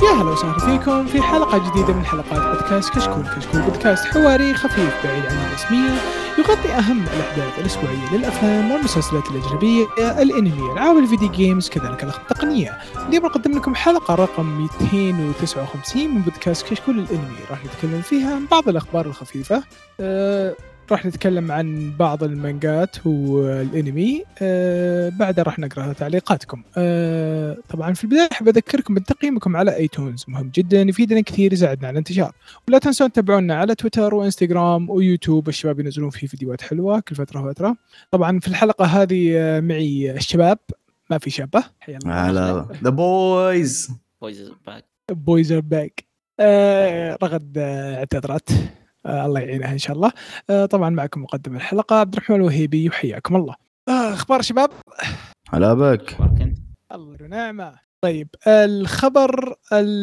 يا هلا وسهلا فيكم في حلقة جديدة من حلقات بودكاست كشكول. كشكول بودكاست حواري خفيف بعيد عن الرسمية، يغطي أهم الأحداث الأسبوعية للأفلام والمسلسلات الأجنبية، الأنمي، ألعاب الفيديو جيمز، كذلك الأخبار التقنية. اليوم نقدم لكم حلقة رقم 259 من بودكاست كشكول الأنمي، راح نتكلم فيها عن بعض الأخبار الخفيفة. راح نتكلم عن بعض المانجات والانمي، بعدها راح نقرأ تعليقاتكم. طبعا في البداية أحب أذكركم بتقييمكم على ايتونز، مهم جدا يفيدنا كثير، يساعدنا على الانتشار. ولا تنسون تتابعونا على تويتر وانستغرام ويوتيوب، الشباب ينزلون فيه فيديوهات حلوة كل فترة وفترة. طبعا في الحلقة هذه معي الشباب، ما في شابة. حيا الله على the boys are back. رغد اعتذرت، الله يعينها إن شاء الله. طبعا معكم مقدم الحلقة عبد الرحمن الوهيبي، وحياكم الله. أخبار شباب؟ هلا بك. الله ونعمة. طيب الخبر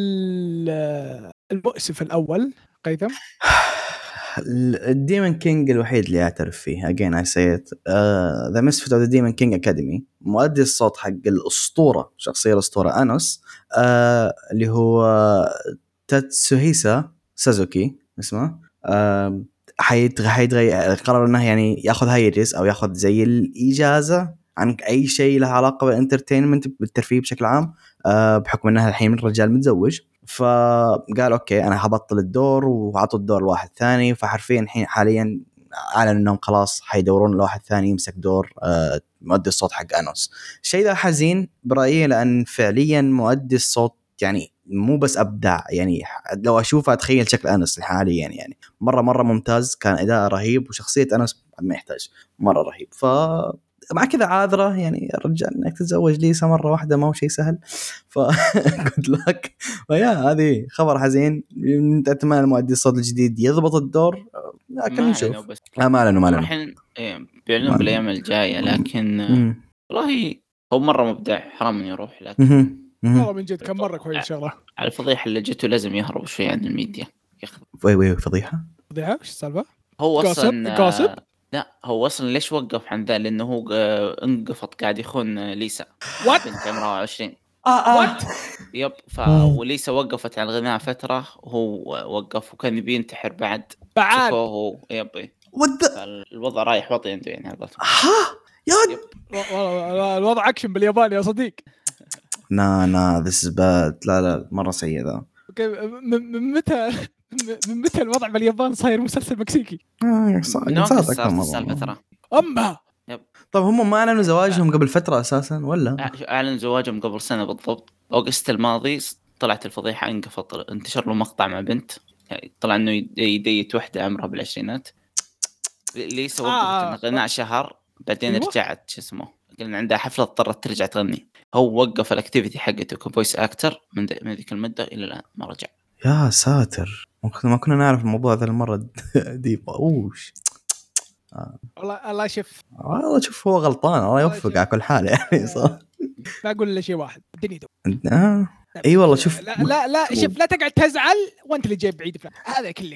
المؤسف الأول قيثم. الديمون كينج الوحيد اللي أعترف فيه again I say it The Misfit of the Demon King Academy، مؤدي الصوت حق الأسطورة، شخصية الأسطورة أنوس، اللي هو تاتسوهيسا سازوكي اسمه. حيتغير، قرر انه يعني ياخذ هايجز او ياخذ زي الاجازه عن اي شيء له علاقه بالانترتينمنت، بالترفيه بشكل عام، بحكم انه الحين رجال متزوج. فقال اوكي انا هبطل الدور، وعطوا الدور لواحد ثاني. فحرفيا الحين حاليا اعلن انهم خلاص حيدورون لواحد ثاني يمسك دور مؤدي الصوت حق انوس. الشيء ذا حزين برايي، لان فعليا مؤدي الصوت يعني مو بس ابداع، يعني لو اشوفه اتخيل شكل انس حاليا، يعني مره ممتاز، كان اداء رهيب، وشخصيه انس ما يحتاج، مره رهيب. مع كذا عاذره يعني الرجال انك تتزوج ليسا مره واحده ما هو شيء سهل، ف good luck. ويا هذه خبر حزين. اتمنى المؤدي الصوت الجديد يضبط الدور، لكن نشوف. ما اعلنوا الحين بيعلنون بالايام الجايه، لكن والله هو مره مبدع، حرام انه يروح. لكن والله من جد كم مره كويس ان شاء الله. على الفضيحه اللي جته لازم يهرب شوي عن الميديا. وي فضيحه وش السالفه؟ هو اصلا لا، هو اصلا ليش وقف عن ذا؟ لانه هو انقفط قاعد يخون ليسا بنت عمرها 20. يب. وليسا وقفت عن الغناء فتره، وهو وقف وكان يبي ينتحر بعد. شكوه يب. الوضع رايح وطي عنده يعني هذا. والله الوضع اكشن باليابان يا صديق. نا this is bad. لا مرة سيء ذا. من متى الوضع باليابان صاير مسلسل مكسيكي؟ صار أكثر ترى. طب هم ما أعلنوا زواجهم قبل فترة أساسا ولا؟ أعلنوا زواجهم قبل سنة بالضبط، أغسطس الماضي. طلعت الفضيحة، انتشر له مقطع مع بنت، يعني طلع إنه يديت وحدة عمرها بالعشرينات. ليس وقفت غناء شهر، بعدين رجعت اسمه قلنا عندها حفلة اضطرت ترجع تغني. هو وقف الاكتيفيتي حقته كفويس اكتر من ذيك المدة الى الان ما رجع. يا ساتر، ما كنا نعرف الموضوع ذا المرة دي. اوش الله شوف هو غلطان، الله يوفق على كل حال يعني. صح، ما اقول الا شيء واحد، الدنيا اي والله. شوف لا شوف، لا تقعد تزعل وانت اللي جايب بعيد هذا كله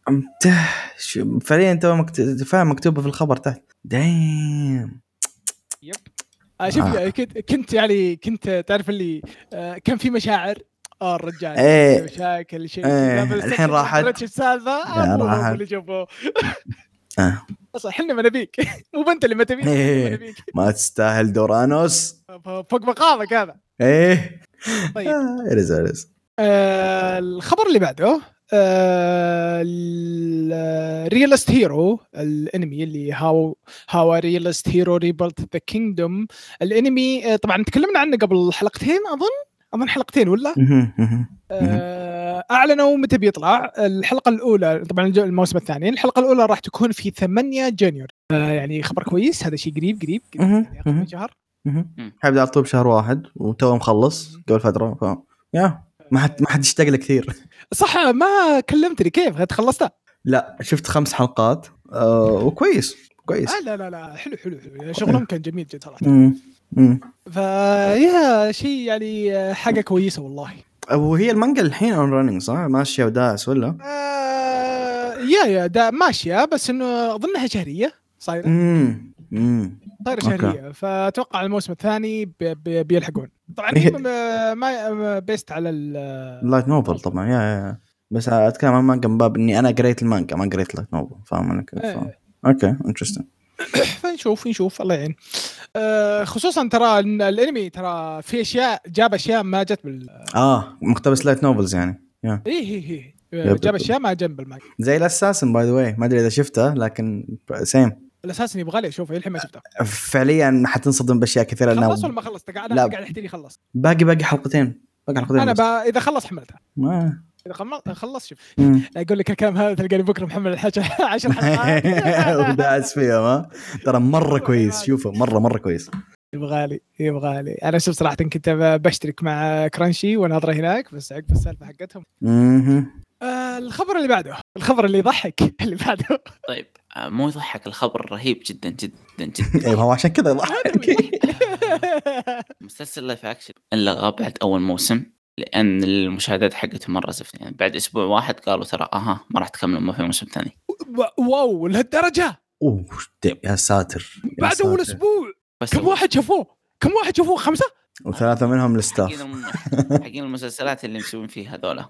فعليا انت فاهم مكتوبه في الخبر تحت. دايم يب. شوف كنت يعني كنت تعرف اللي كان في مشاعر الرجال مشاكل شيء الحين راحت السالفه ابو اللي جابوه. اصلا احنا ما نبيك مو بنت اللي ما تبيك. ما تستاهل دورانوس فوق مقامك هذا. طيب رزالس. الخبر اللي بعده ريالست هيرو الانمي اللي هاو ريالست هيرو ريبلت ذا كينجدوم. الانمي طبعا تكلمنا عنه قبل حلقتين، اظن حلقتين ولا اعلنوا متى بيطلع الحلقه الاولى. طبعا الموسم الثاني الحلقه الاولى راح تكون في 8 جانيور. يعني خبر كويس، هذا شيء قريب من شهر. حيبدا على طول شهر واحد، وتو مخلص قبل فتره. ما حد يشتاق له كثير. صح، ما كلمتني كيف خلصتها؟ لا شفت 5 حلقات وكويس. لا حلو شغلهم كان جميل جدا صراحه. فيا شيء يعني حاجه كويسه والله. وهي المانجا الحين اون رانينج صح، ماشيه وداعس ولا؟ يا دا ماشيه، بس انه اظنها شهريه صايره. صايره شهريه، فاتوقع الموسم الثاني بيلحقون. طبعا هي ما بيست على لايت نوفل طبعا يا بس اتكلم عن مانجا من باب اني انا قريت المانجا ما قريت لايت نوفل فاهم انا كيف اوكي انترستين. فنشوف الله يعين. خصوصا ترى الانمي ترى في اشياء جاب اشياء ما جت مقتبس لايت نوفلز يعني ايه جاب اشياء ما جنب المانجا زي الاساسن باي ذا واي ما ادري اذا شفته لكن سيم الاساس يبغى لي اشوفه الحين ما شفته فعليا حتنصدم باشياء كثيره خلص ولا ما خلصت قاعد احكي لي خلص باقي حلقتين انا اذا خلص حملتها ما اذا خلص شوف اقول لك الكلام هذا تلقاني بكره محمل الحاجه 10 حلقات وداس فيها ما ترى مره كويس شوفه مره كويس يبغى لي انا شوف صراحه كنت بشترك مع كرانشي وناظره هناك بس عقب السالفه حقتهم الخبر اللي بعده الخبر اللي يضحك اللي بعده طيب مو يضحك الخبر رهيب جدا جدا جدا ايوه هو عشان كذا يضحك مسلسل لايف اكشن اللي غاب بعد اول موسم لان المشاهدات حقته مره زفت يعني بعد اسبوع واحد قالوا ترى ما راح تكملوا ما في موسم ثاني. واو لهالدرجه يا ساتر بعد اول اسبوع كم واحد شافوه 5 وثلاثه منهم الستاف حقين المسلسلات اللي مسوين فيها هذولا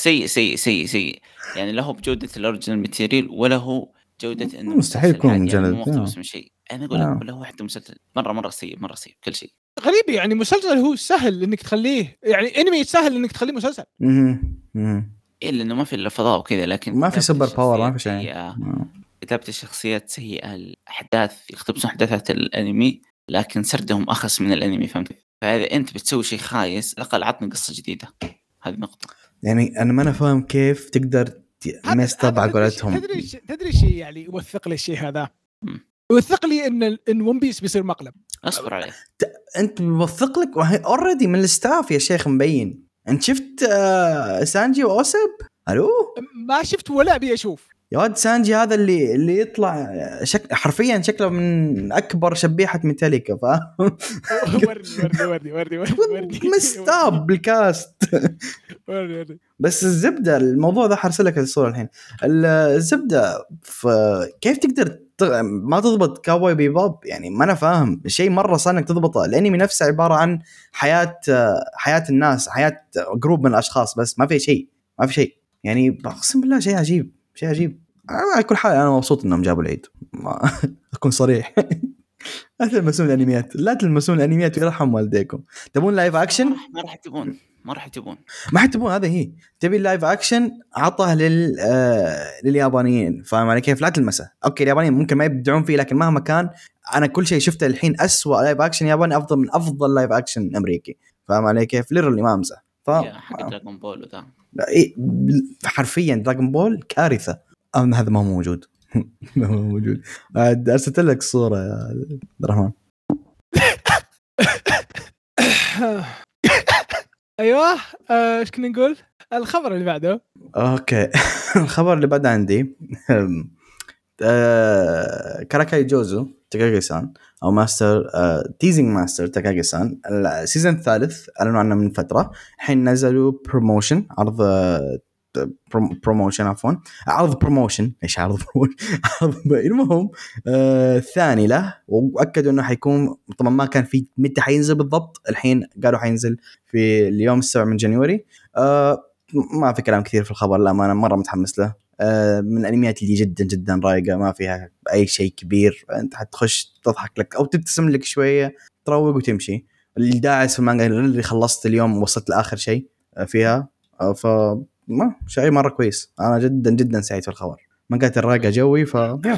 سيء يعني له بجوده الاوريجينال ماتيريال ولا هو جوده انه مستحيل يكون مجلد مقتبس من شيء. انا اقول لك له واحد مسلسل مره سيء كل شيء غريب يعني مسلسل هو سهل انك تخليه يعني انمي سهل انك تخليه مسلسل الا انه ما في الا فضاء وكذا لكن ما في سوبر باور ما في شيء كتابة الشخصيات سيئة الأحداث يقتبسون أحداثات الأنمي لكن سردهم أخص من الأنمي فهمت. فإذا أنت بتسوي شيء خايس الأقل عطني قصة جديدة. هذه نقطة يعني أنا ما فاهم كيف تقدر مستبع قولتهم. تدري شيء يعني يوثق لي الشيء هذا يوثق لي إن ون بيس بيصير مقلب. أصبر عليه أنت موثق لك وهي أوريدي من الستاف يا شيخ مبين. أنت شفت سانجي وأوسب؟ ألو ما شفت ولا أبي أشوف يا واد سانجي هذا اللي يطلع حرفيا شكله من أكبر شبيحة ميتاليكا ورني مستاب بالكاست بس الزبدة الموضوع ذا حرسلك الصورة الحين. الزبدة كيف تقدر ما تضبط كاوبوي بيبوب يعني ما أنا فاهم شيء مرة صار إنك تضبطه. الأنمي نفسه عبارة عن حياة الناس حياة جروب من الأشخاص بس ما في شيء يعني بقسم بالله شيء عجيب. على كل حال أنا مبسوط إنهم جابوا العيد أكون صريح لا تلمسون الأنميات ويرحم والديكم. تبون لايف أكشن ما راح تبون هذا هي تبي اللايف أكشن عطه لليابانيين فاهم علي كيف. لا تلمسه أوكي اليابانيين ممكن ما يبدعون فيه لكن مهما كان أنا كل شيء شفته الحين أسوأ لايف أكشن ياباني أفضل من أفضل لايف أكشن أمريكي فاهم علي كيف. ليرلي ما أمزح حق دراغون بول وذا حرفيا دراغون بول كارثة. هذا ما هو موجود أرسلت لك صورة يا عبد الرحمن. أيوة إيش كنا نقول الخبر اللي بعده. أوكي الخبر اللي بعد عندي كاراكاي جوزو تاكاغي-سان أو ماستر تيزينج ماستر تاكاغي-سان السيزن الثالث أعلنوا عنه من فترة. الحين نزلوا بروموشن عرض بروموشن ايش عرض المهم ثاني له واكدوا انه حيكون طبعا ما كان في متى حينزل بالضبط. الحين قالوا حينزل في اليوم 7 من جانيوري. ما في كلام كثير في الخبر لا ما انا مره متحمس له. من الانميات اللي جدا رايقه ما فيها اي شيء كبير انت حتخش تضحك لك او تبتسم لك شويه تروق وتمشي. الداعس في المانجا اللي خلصت اليوم وصلت لاخر شيء فيها ما شيء مرة كويس. أنا جدا سعيد في الخبر ما قالت الراقة جوي أوكي.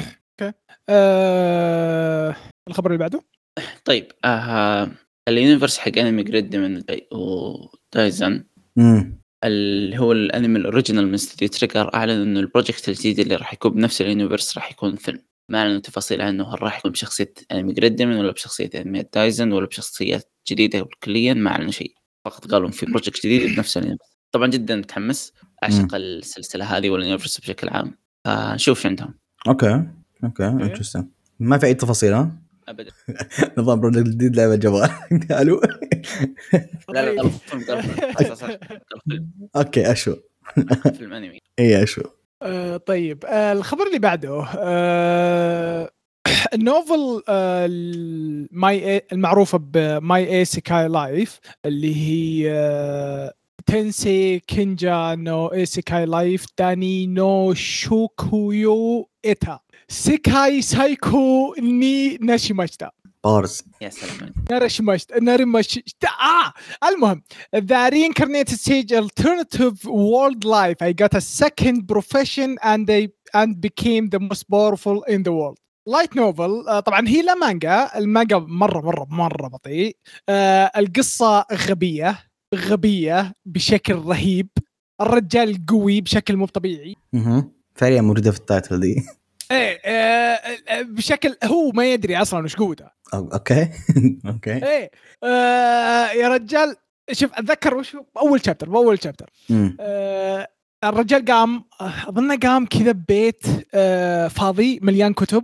الخبر اللي بعده طيب اليونيفرس حق أنمي جريد من ودايزن اللي هو الأنمي الأوريجينال من ستوديو تريجر أعلن إنه البروجكت الجديد اللي راح يكون بنفس اليونيفرس راح يكون فيلم. ما أعلنوا تفاصيل عنه هل راح يكون بشخصية أنمي جريد ولا بشخصية أنمي دايزن ولا بشخصيات جديدة كليا ما أعلنوا شيء فقط قالوا في بروجكت جديد بنفس اليونيفرس. طبعا جدا متحمس أعشق السلسلة هذه واليونيفرس بشكل عام نشوف عندهم. اوكي انترستين ما في اي تفاصيل ابدا نظام بروجكت جديد لعبه جوال قالوا لا اوكي اشو فيلم انمي اي اشو. طيب الخبر اللي بعده النوفل ماي المعروفة بماي ايسيكاي لايف اللي هي تنسي كينجا نو ايسيكاي لايف داني نو شوكويو إيتا سيكاي سايكو ني ناشيماشتا بارز. يا سلام. المهم the reincarnated sage alternative world life I got a second profession and became the most powerful in the world. لايت نوفل طبعا هي لا مانجا. المانجا مرة بطيء. القصة غبية بشكل رهيب. الرجال قوي بشكل مو طبيعي. فعليا موجودة في التايتل دي. بشكل هو ما يدري اصلا وش قوته. اوكي. يا رجال شوف اتذكر وش اول شابتر الرجال قام اظن قام كذا ببيت فاضي مليان كتب.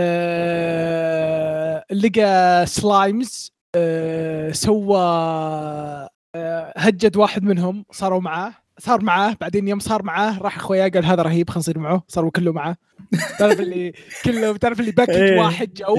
لقى سلايمز. سوى هجد واحد منهم صار معاه بعدين يوم صار معاه راح اخويا قال هذا رهيب خلينا نصير معه. صاروا كله معاه. تعرف اللي باكج واحد جو.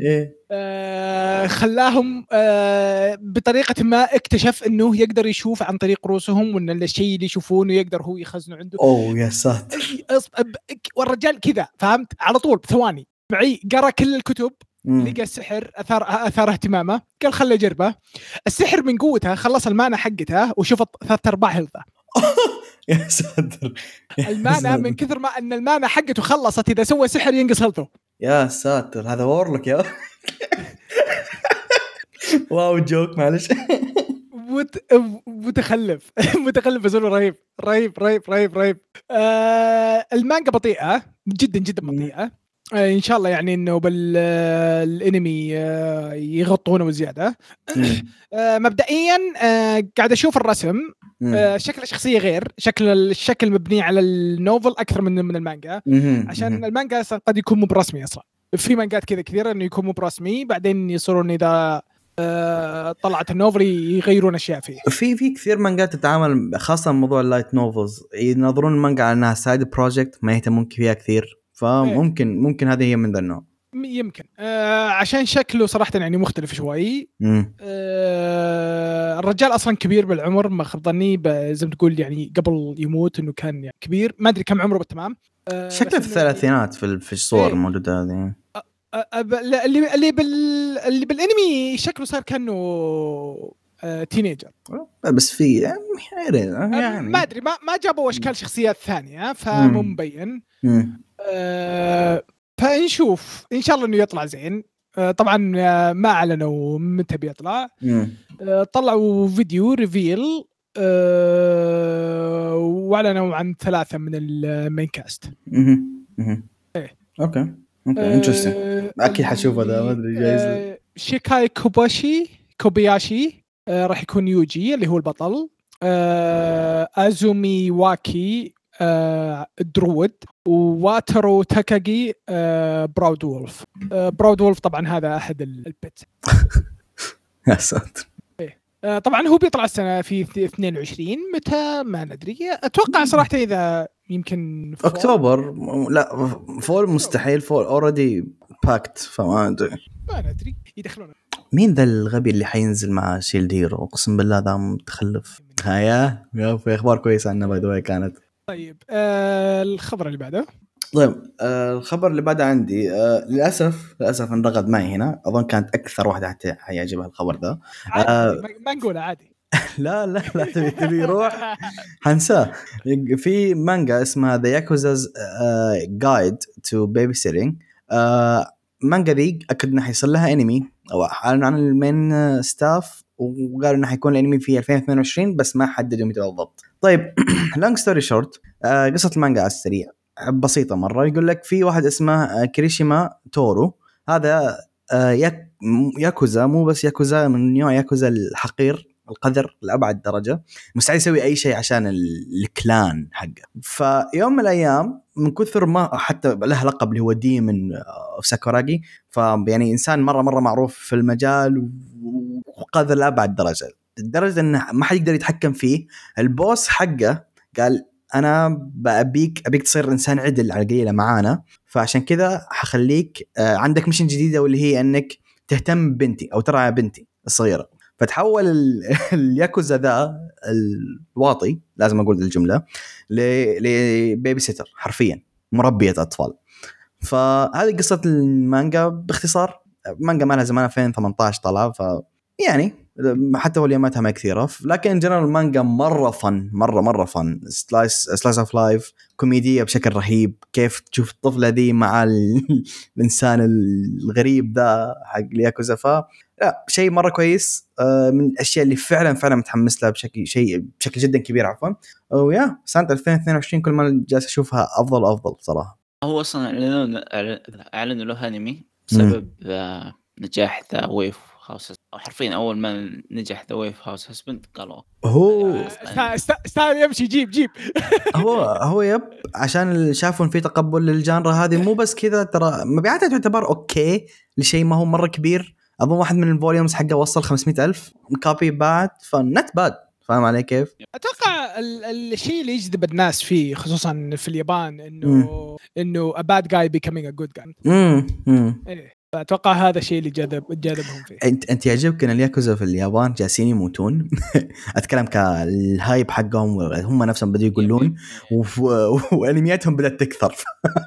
خلاهم بطريقة ما اكتشف انه يقدر يشوف عن طريق رؤوسهم وان الشيء اللي يشوفونه يقدر هو يخزنه عنده. يا ساتر. والرجال كذا فهمت على طول بثواني معي قرأ كل الكتب. لقى السحر أثار اهتمامه قال خلي أجربه. السحر من قوته خلص المانا حقته وشوف 3/4 هلثة. يا ساتر. المانا من كثر ما أن المانا حقته خلصت إذا سوى سحر ينقص هلثه. يا ساتر هذا وورلك يا واو جوك معلش. متخلف بس رهيب. المانجا بطيئة جدا بطيئة. ان شاء الله يعني انه بالانمي يغطونه وزياده. مبدئيا قاعد اشوف الرسم. شكل الشخصيه غير الشكل مبني على النوفل اكثر من المانجا. عشان المانجا قد يكون مو برسمي اصلا. في مانجات كذا كثيره انه يكون مو برسمي بعدين يصيرون اذا طلعت النوفل يغيرون اشياء فيه. في كثير مانجات تتعامل خاصه موضوع اللايت نوفلز ينظرون المانجا على انها سايد بروجكت ما يهتمون فيها كثير. فممكن هذه هي من ذا النوع. يمكن عشان شكله صراحة يعني مختلف شوي. الرجال أصلا كبير بالعمر ما خاب ظني زي ما تقول يعني قبل يموت إنه كان يعني كبير ما أدري كم عمره بالتمام. شكله في الثلاثينات في الصور الموجودة هذه. اللي بالانمي شكله صار كأنه تينيجر بس في يعني ما أدري ما جابوا أشكال شخصيات ثانية فمو مبين. فنشوف إن شاء الله إنه يطلع زين. طبعا ما أعلنوا متى بيطلع. طلعوا فيديو ريفيل وأعلنوا عن 3 من المين كاست. اوكي انترستين. اكيد حشوف هذا ما ادري جايز. شيكاي كوبياشي راح يكون يوجي اللي هو البطل. ازومي واكي درود وواترو تاكاجي براود وولف طبعا هذا احد البيت. يا ساتر. طبعا هو بيطلع السنه في 22 متى ما ندري. اتوقع صراحه اذا يمكن في اكتوبر. لا فول مستحيل. فول اوريدي باكت فما ادري يدخلون. مين ذا الغبي اللي حينزل مع شيلد هيرو؟ اقسم بالله ذا متخلف. يا في اخبار كويسه عنه باي ذا واي كانت. طيب الخبر اللي بعده. طيب الخبر اللي بعده عندي للاسف انرغد معي هنا. اظن كانت اكثر واحده حيعجبها الخبر ذا. ما نقول عادي. لا تبي يروح حنساه. في مانجا اسمها The Yakuza's Guide to Babysitting. مانجا ذي اكد انه حيصير لها انمي او اعلنوا عن المين ستاف وقالوا انه حيكون الانمي في 2022 بس ما حددوا متى بالضبط. طيب لونج ستوري شورت قصه المانجا على السريع بسيطه مره. يقول لك في واحد اسمه كريشيما تورو. هذا ياكوزا مو بس ياكوزا من نوع ياكوزا الحقير القذر لأبعد درجة. مستعد يسوي أي شيء عشان الكلان حقه. فيوم من الأيام من كثر ما حتى له لقب اللي هو ديمن ساكوراغي. فيعني إنسان مرة معروف في المجال وقذر لأبعد درجة لدرجة إنه ما حد يقدر يتحكم فيه. البوس حقه قال أنا أبيك تصير إنسان عدل على قليلة معانا. فعشان كذا حخليك عندك ميشن جديده واللي هي انك تهتم ببنتي او ترعى بنتي الصغيره. فتحول الياكوزا ذا الواطي لازم اقول الجمله لبيبي سيتر حرفيا مربيه اطفال. فهذه قصه المانجا باختصار. مانجا مالها زمان 2018 طلع يعني حتى وليماتها ما كثيره لكن جنرال المانجا مره فن مره فن سلايس اوف لايف كوميديه بشكل رهيب. كيف تشوف الطفله دي مع الانسان الغريب ذا حق الياكوزا لا شيء مره كويس. من الاشياء اللي فعلا متحمس لها بشكل جدا كبير عفوا. ويا سنه 2022 كل ما جالس اشوفها افضل صراحه. هو اصلا اعلنوا له انمي بسبب نجاح ذا ويف هاوس، او حرفيا اول ما نجح ذا ويف هاوس هسبند قالوا هو استاذ يمشي جيب هو يب عشان شافوا في تقبل للجانرا هذه. مو بس كذا ترى مبيعاتها تعتبر اوكي لشيء ما هو مره كبير. اظن واحد من الفوليومز حقه وصل 500,000 كوبي بعد فنت باد. فاهم علي كيف؟ اتوقع الشيء اللي يجذب الناس فيه خصوصا في اليابان انه a bad guy becoming a good guy. ايه اتوقع هذا الشيء اللي جذبهم فيه. انت يعجبك ان الياكوزا في اليابان جالسين يموتون؟ اتكلم كالهايب حقهم هم نفسهم بدوا يقولون وانمياتهم بدات تكثر.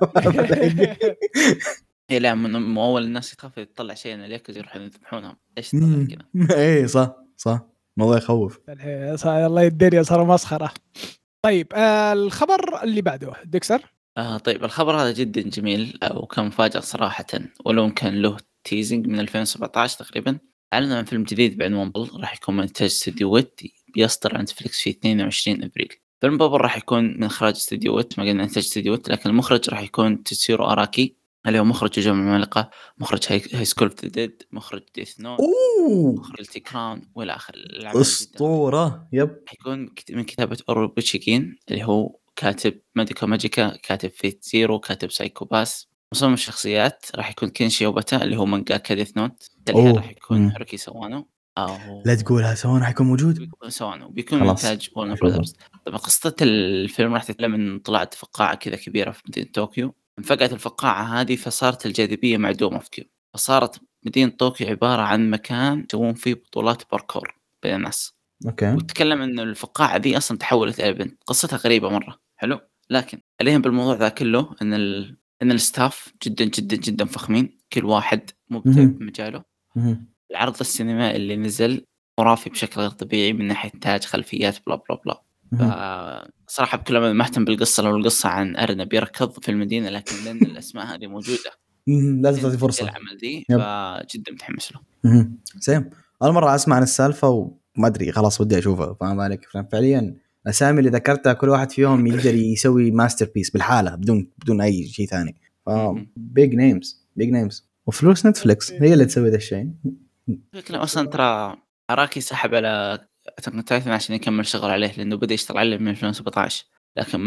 ايه لا من اول الناس تخاف تطلع شيء ان الياكوزا يروحون يذبحونهم. ايش تطلع كذا؟ ايه صح موضوع يخوف. الله يدري صار مسخره. طيب الخبر اللي بعده ديكسر. طيب الخبر هذا جدا جميل وكان مفاجأ صراحة، ولو كان له تيزنج من 2017 تقريبا. أعلنوا عن فيلم جديد بعنوان بابل راح يكون من إنتاج استوديو ويت بيصدر عن نتفليكس في 22 أبريل. فيلم بابل راح يكون من إخراج استوديو ويت، ما قلنا إنتاج استوديو ويت، لكن المخرج راح يكون تسيرو أراكي اللي هو مخرج جمع المعلقة، مخرج هاي سكول اوف ذا ديد، مخرج ديث نوت، مخرج تي كراون والى آخر. أسطورة. يب. حيكون من كتابة أورو بوتشيكين اللي هو كاتب ماديكا ماجيكا، كاتب فيت زيرو، كاتب سايكو باس. مصمم الشخصيات راح يكون كينشي اوباتا اللي هو مانجاكا ديث نوت. اللي راح يكون هاروكي سوانو. لا تقولها سوانو حيكون موجود. سوانو بيكون إنتاج وارنر براذرز. طبعا قصة الفيلم راح تتكلم من طلعت فقاعة كذا كبيرة في مدينة طوكيو. انفقعت الفقاعة هذه فصارت الجاذبية معدومة في كيو، فصارت مدينة طوكيو عبارة عن مكان يسوون فيه بطولات باركور بين الناس. اوكي. وتكلم انه الفقاعة دي اصلا تحولت الى بنت. قصتها غريبة مرة حلو، لكن عليهم بالموضوع ذا كله ان الستاف جدا جدا جدا فخمين، كل واحد مبدع بمجاله. العرض السينمائي اللي نزل خرافي بشكل غير طبيعي من ناحية إنتاج، خلفيات، بلا بلا بلا. صراحة بكل ما مهتم بالقصة، لو القصة عن أرنب يركض في المدينة، لكن لأن الأسماء هذه موجودة لازم تعطي فرصة العمل دي، فجدا متحمس له. سيم. أول مرة أسمع عن السالفة وما أدري خلاص ودي أشوفها. فاهم عليك؟ فعليا الأسامي اللي ذكرتها كل واحد فيهم يقدر يسوي ماستر بيس بالحالة بدون أي شيء ثاني. big names وفلوس نتفليكس هي اللي تسوي ذا الشيء. فكرة أصلا ترى أراكي سحب على تايتن عشان يكمل شغل عليه، لأنه بدأ يشتغل عليه من 2017، لكن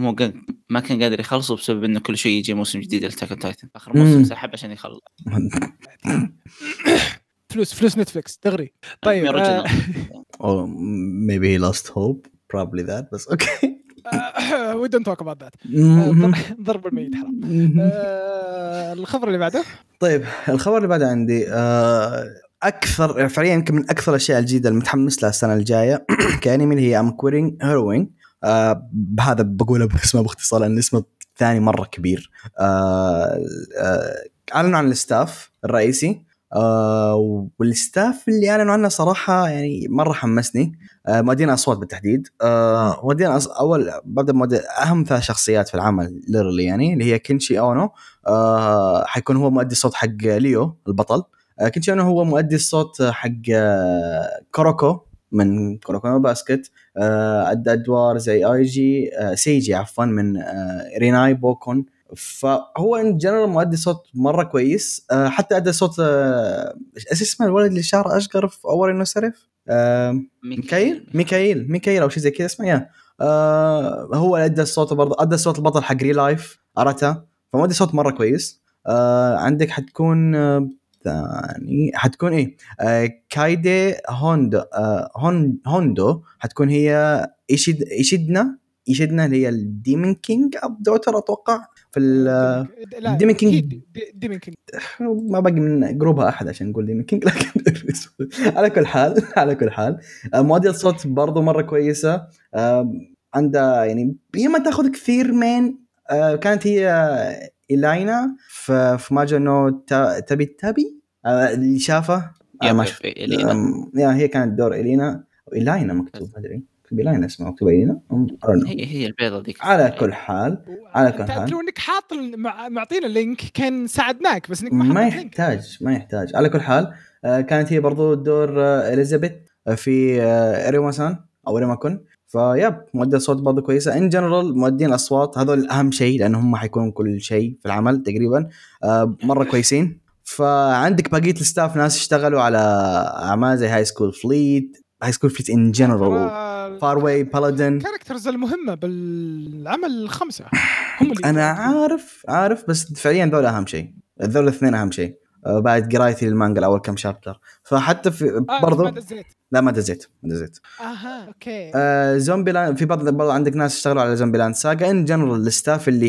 ما كان قادر يخلصه بسبب إنه كل شيء يجي موسم جديد لتاكن تايتن. آخر موسم سحب عشان يخلص. فلوس نتفليكس تغري. طيب maybe he lost hope, probably that, بس okay. we don't talk about that. ضرب الميت حرام. الخبر اللي بعده. طيب الخبر اللي بعده عندي أكثر فعليا يمكن من أكثر الأشياء الجديدة المتحمس لها السنة الجاية كأنمي هي I'm quitting heroing. بهذا بقوله باسمه باختصار لأن اسمه ثاني مرة كبير. أعلنوا عن الستاف الرئيسي والستاف اللي أعلنوا عنه صراحة يعني مرة حمسني. مؤدين أصوات بالتحديد. أول بدأ أهم 3 شخصيات في العمل ليرلي يعني اللي هي كينشي أونو. حيكون هو مؤدي الصوت حق ليو البطل. كينشي أونو هو مؤدي الصوت حق كوروكو من كوروكو باسكت. أدى أدوار زي آيجي سيجي عفوا من ريناي بوكون. فهو إن جنرال مؤدي صوت مرة كويس. حتى أدى صوت اسمه الولد اللي شعره أشقر في أول إنه سرف ميكايل أو شيء زي كذا اسمه هو أدى الصوت برضه. أدى صوت البطل حق ري لايف أراتا. فمؤدي صوت مرة كويس. عندك حتكون حتكون إيه كايدي هوندو حتكون هي إيشيدنا اللي هي الديمن كينج أب دوتر أتوقع. في ديمن كينج. ديمن كينج ما باقي من جروبها احد عشان نقول ديمن كينج لكن على كل حال مؤدية الصوت برضو مره كويسه. عندها يعني هي ما تاخذ كثير من كانت هي إيلاينا في ماجو نو تبي اللي شافه ما شفت هي كانت دور إلينا إيلاينا مكتوب ما ادري إيلاينا اسمها مكتوب إلينا هي البيضه ذيك. على كل حال لو انك حاط معطينا اللينك كان ساعدناك بس انك ما يحتاج على كل حال. كانت هي برضو دور إليزابيث في إريما-سان او إريما-كون. فياب مؤدي الصوت برضو كويسه ان جنرال. مؤدين الاصوات هذول اهم شيء لانهم هم حيكونوا كل شيء في العمل تقريبا مره كويسين. فعندك بقيه الستاف ناس اشتغلوا على اعمال زي هاي سكول فليت ان جنرال فار واي بالادين. كاركترز المهمه بالعمل الخمسه هم اللي انا عارف بس فعليا ذول اهم شيء. ذول الاثنين اهم شيء بعد قرايتي للمانجا الاول كم شابتر. فحتى في برضو ما دزيت اوكي. زومبي لاند في برضو عندك ناس اشتغلوا على زومبي لاند ساغا ان جنرال. الستاف اللي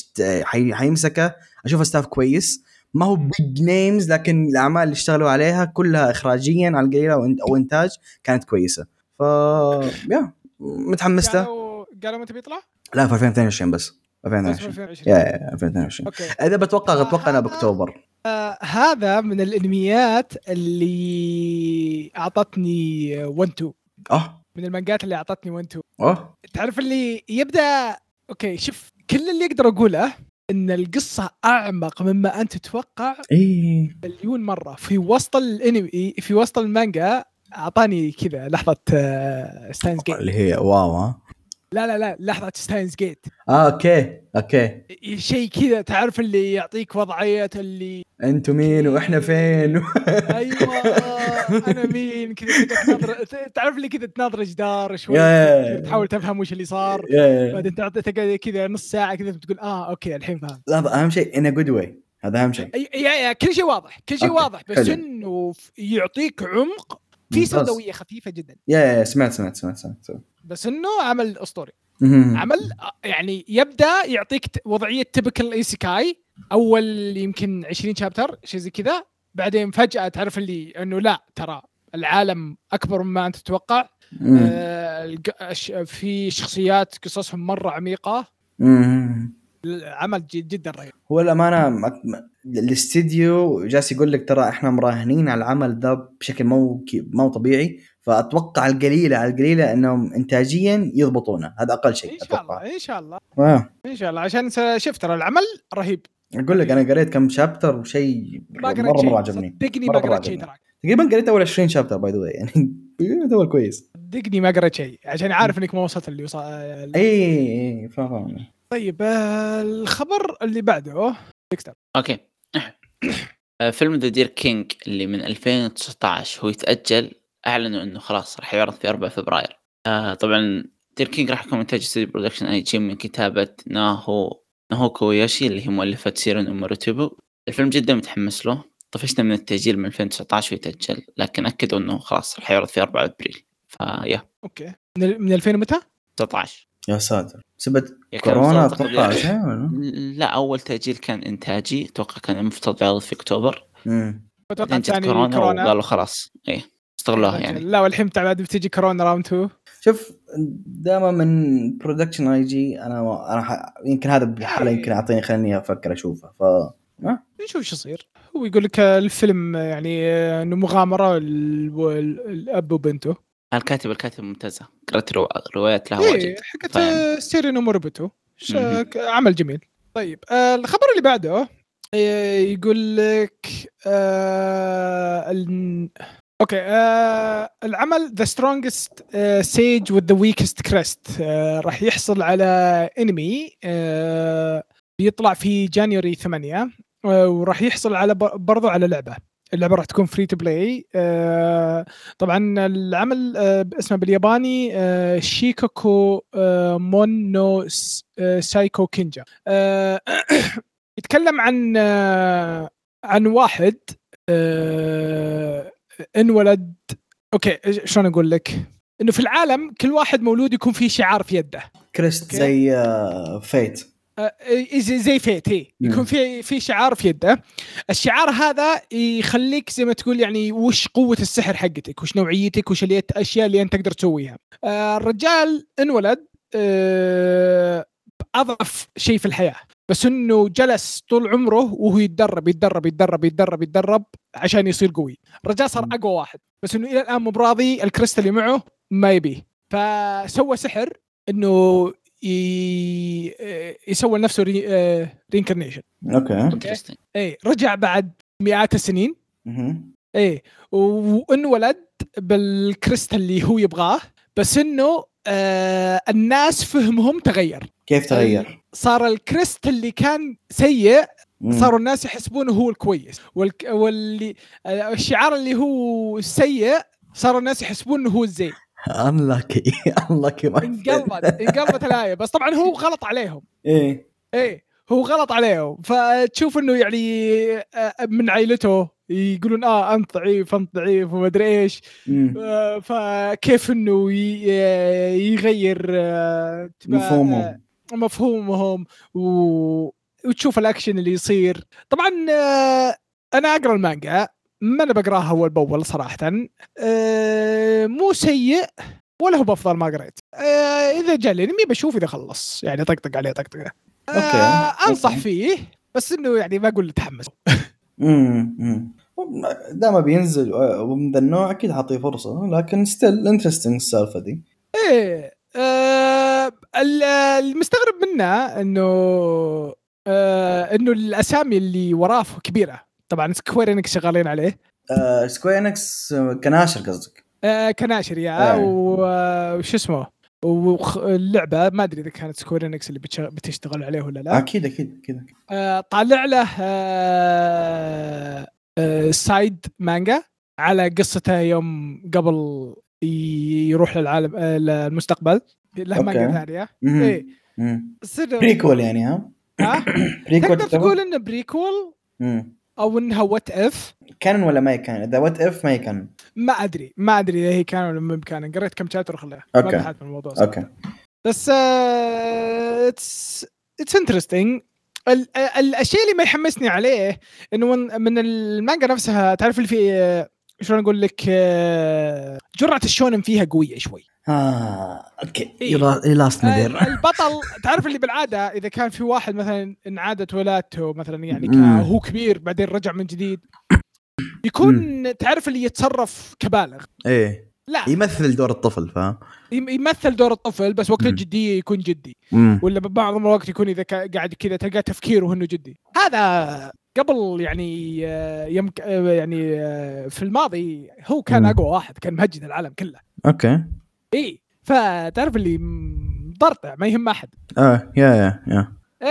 حيمسكه اشوفه ستاف كويس ما هو بيج نيمز لكن الاعمال اللي اشتغلوا عليها كلها اخراجيا على القليله او انتاج كانت كويسه. يا متحمس له. قالوا متى بيطلع؟ لا في 2022 بس 2022 يا 2022 اذا اتوقع انا باكتوبر. هذا من الانميات اللي اعطتني 1-2 من المانجات اللي اعطتني 1-2 تعرف اللي يبدا اوكي. شوف كل اللي اقدر اقوله ان القصه اعمق مما انت تتوقع مليون مره. في وسط الانمي في وسط المانجا اعطاني كذا لحظه ستاينز جيت اللي هي واو. لا لحظه ستاينز جيت. اوكي شيء كذا تعرف اللي يعطيك وضعيه اللي انتم مين واحنا فين. ايوه انا مين كذا تناظر تعرف اللي كذا تناظر جدار شوي تحاول تفهم وش اللي صار بعدين تقعد كذا نص ساعه كذا بتقول اوكي الحين فهم. لا اهم شيء ان جود واي هذا اهم شيء. كل شيء واضح بس انه يعطيك عمق في سوداويه خفيفه جدا. سمعت بس انه عمل اسطوري. عمل يعني يبدا يعطيك وضعيه تيبيكال ايسيكاي اول يمكن 20 شابتر شيء زي كذا بعدين فجاه تعرف اللي انه لا ترى العالم اكبر مما انت تتوقع. في شخصيات قصصهم مره عميقه. عمل جدا رهيب. هو الامانه الاستديو جالس يقول لك ترى احنا مراهنين على العمل ذا بشكل مو طبيعي. فاتوقع القليله انهم انتاجيا يضبطونه. هذا اقل شيء اتوقع ان شاء الله عشان شفت ترى العمل رهيب. اقول لك انا قريت كم شابتر وشيء مره عجبني. ما قريت شيء تقريبا قريت اول 20 شابتر باي ذا واي يعني يعتبر كويس. دقني ما قريت شيء عشان عارف انك ما وصلت اللي وصل. اي فاهم. طيب الخبر اللي بعده اوكي. فيلم ذا دير كينج اللي من 2019 هو يتأجل. اعلنوا انه خلاص راح يعرض في 4 فبراير. طبعا دير كينج راح يكون انتاج استوديو برودكشن اي جي من كتابة ناهو كوياشي اللي هي مؤلفة سيرن وماروتوبو. الفيلم جدا متحمس له. طفشنا من التأجيل من 2019 ويتأجل لكن أكدوا إنه خلاص رح يعرض في 4 أبريل. أوكي من 2000 متى؟ 19. يا ساتر سبت كورونا أتوقع شيء ولا؟ لا أول تأجيل كان إنتاجي أتوقع كان المفترض يعرض في أكتوبر. فتوقع ثاني كورونا وقالوا خلاص استغلوها يعني. لا والحين بعد بتيجي كورونا راوند 2. شوف دائما من برودكشن اي جي انا يمكن هذا بحاله يمكن اعطيني خليني افكر اشوفه نشوف شو يصير. هو يقول لك الفيلم يعني انه مغامره الاب وبنته. الكاتب ممتازه. قرأت روايات لها واجد حقت سيرينو موربيتو عمل جميل. طيب الخبر اللي بعده يقول لك اوكي العمل The Strongest Sage with the Weakest Crest راح يحصل على انمي بيطلع في جانيوري 8 وراح يحصل على برضو على اللعبة راح تكون فري تو بلاي. طبعا العمل اسمه بالياباني شيكوكو مونو سايكو كينجا. يتكلم عن واحد انولد. اوكي شلون اقول لك انه في العالم كل واحد مولود يكون فيه شعار في يده كريست زي فيت زي فيتي يكون في شعار في يده. الشعار هذا يخليك زي ما تقول يعني وش قوة السحر حقتك، وش نوعيتك، وش الأشياء اللي أنت تقدر تسويها. الرجال انولد أضعف شيء في الحياة، بس إنه جلس طول عمره وهو يتدرب عشان يصير قوي. الرجال صار أقوى واحد، بس إنه إلى الآن مو براضي الكريستال اللي معه ما يبيه، فسوى سحر إنه يسوي لنفسه رينكارنيشن. اوكي. اي رجع بعد مئات السنين. اي وانولد بالكريستال اللي هو يبغاه، بس انه الناس فهمهم تغير. كيف تغير؟ صار الكريستال اللي كان سيء صاروا الناس يحسبونه هو الكويس، واللي الشعار اللي هو السيء صاروا الناس يحسبونه هو الزين. انلاكي انقلبت الآية. بس طبعا هو غلط عليهم. ايه هو غلط عليهم، فتشوف انه يعني من عائلته يقولون انت ضعيف وما ادري ايش. فكيف انه يغير مفهومهم وتشوف الاكشن اللي يصير. طبعا انا اقرا المانجا، ما انا بقراها اول باول صراحه. مو سيء ولا هو بافضل ما قريت. اذا جاء الانمي بشوف اذا خلص يعني طقطق عليه طقطقه. انصح فيه، بس انه يعني ما اقول تحمس. دام بينزل ومن ذا النوع اكيد حاطيه فرصه، لكن ستيل انترستينج السالفه دي. ايه المستغرب منه انه الاسامي اللي وراه كبيره. طبعا سكوير انكس شغالين عليه. سكوير انكس كناشر قصدك؟ كناشر يا وش اسمه، واللعبه ما ادري اذا كانت سكوير انكس اللي بتشتغل عليه ولا لا. اكيد طالع له سايد مانجا على قصته يوم قبل يروح للعالم المستقبل، له مانجا ثانيه. ايه بريكول يعني. بريكول تقول انه بريكول او انها وات اف كان ولا ما كان. اذا وات اف ما كان ما ادري اذا هي كان ولا ما كان. قريت كم شابتر خلاه ما بحثت في الموضوع اوكي. بس اتس انترستينج. الاشياء اللي ما يحمسني عليه انه من المانجا نفسها، تعرف اللي في شلون اقول لك، جرعه الشونن فيها قويه شوي. اوكي. لاست ميدر البطل تعرف اللي بالعاده اذا كان في واحد مثلا انعادت ولادته مثلا يعني كان هو كبير بعدين رجع من جديد، يكون تعرف اللي يتصرف كبالغ. ايه لا يمثل دور الطفل، فاهم؟ يمثل دور الطفل بس وقت الجديه يكون جدي. ولا بعض الوقت يكون اذا قاعد كذا تلقى تفكيره انه جدي. هذا قبل يعني يعني في الماضي هو كان اقوى واحد، كان مهجد العالم كله. اوكي. ايه فتعرف اللي ضرطع ما يهم احد. يا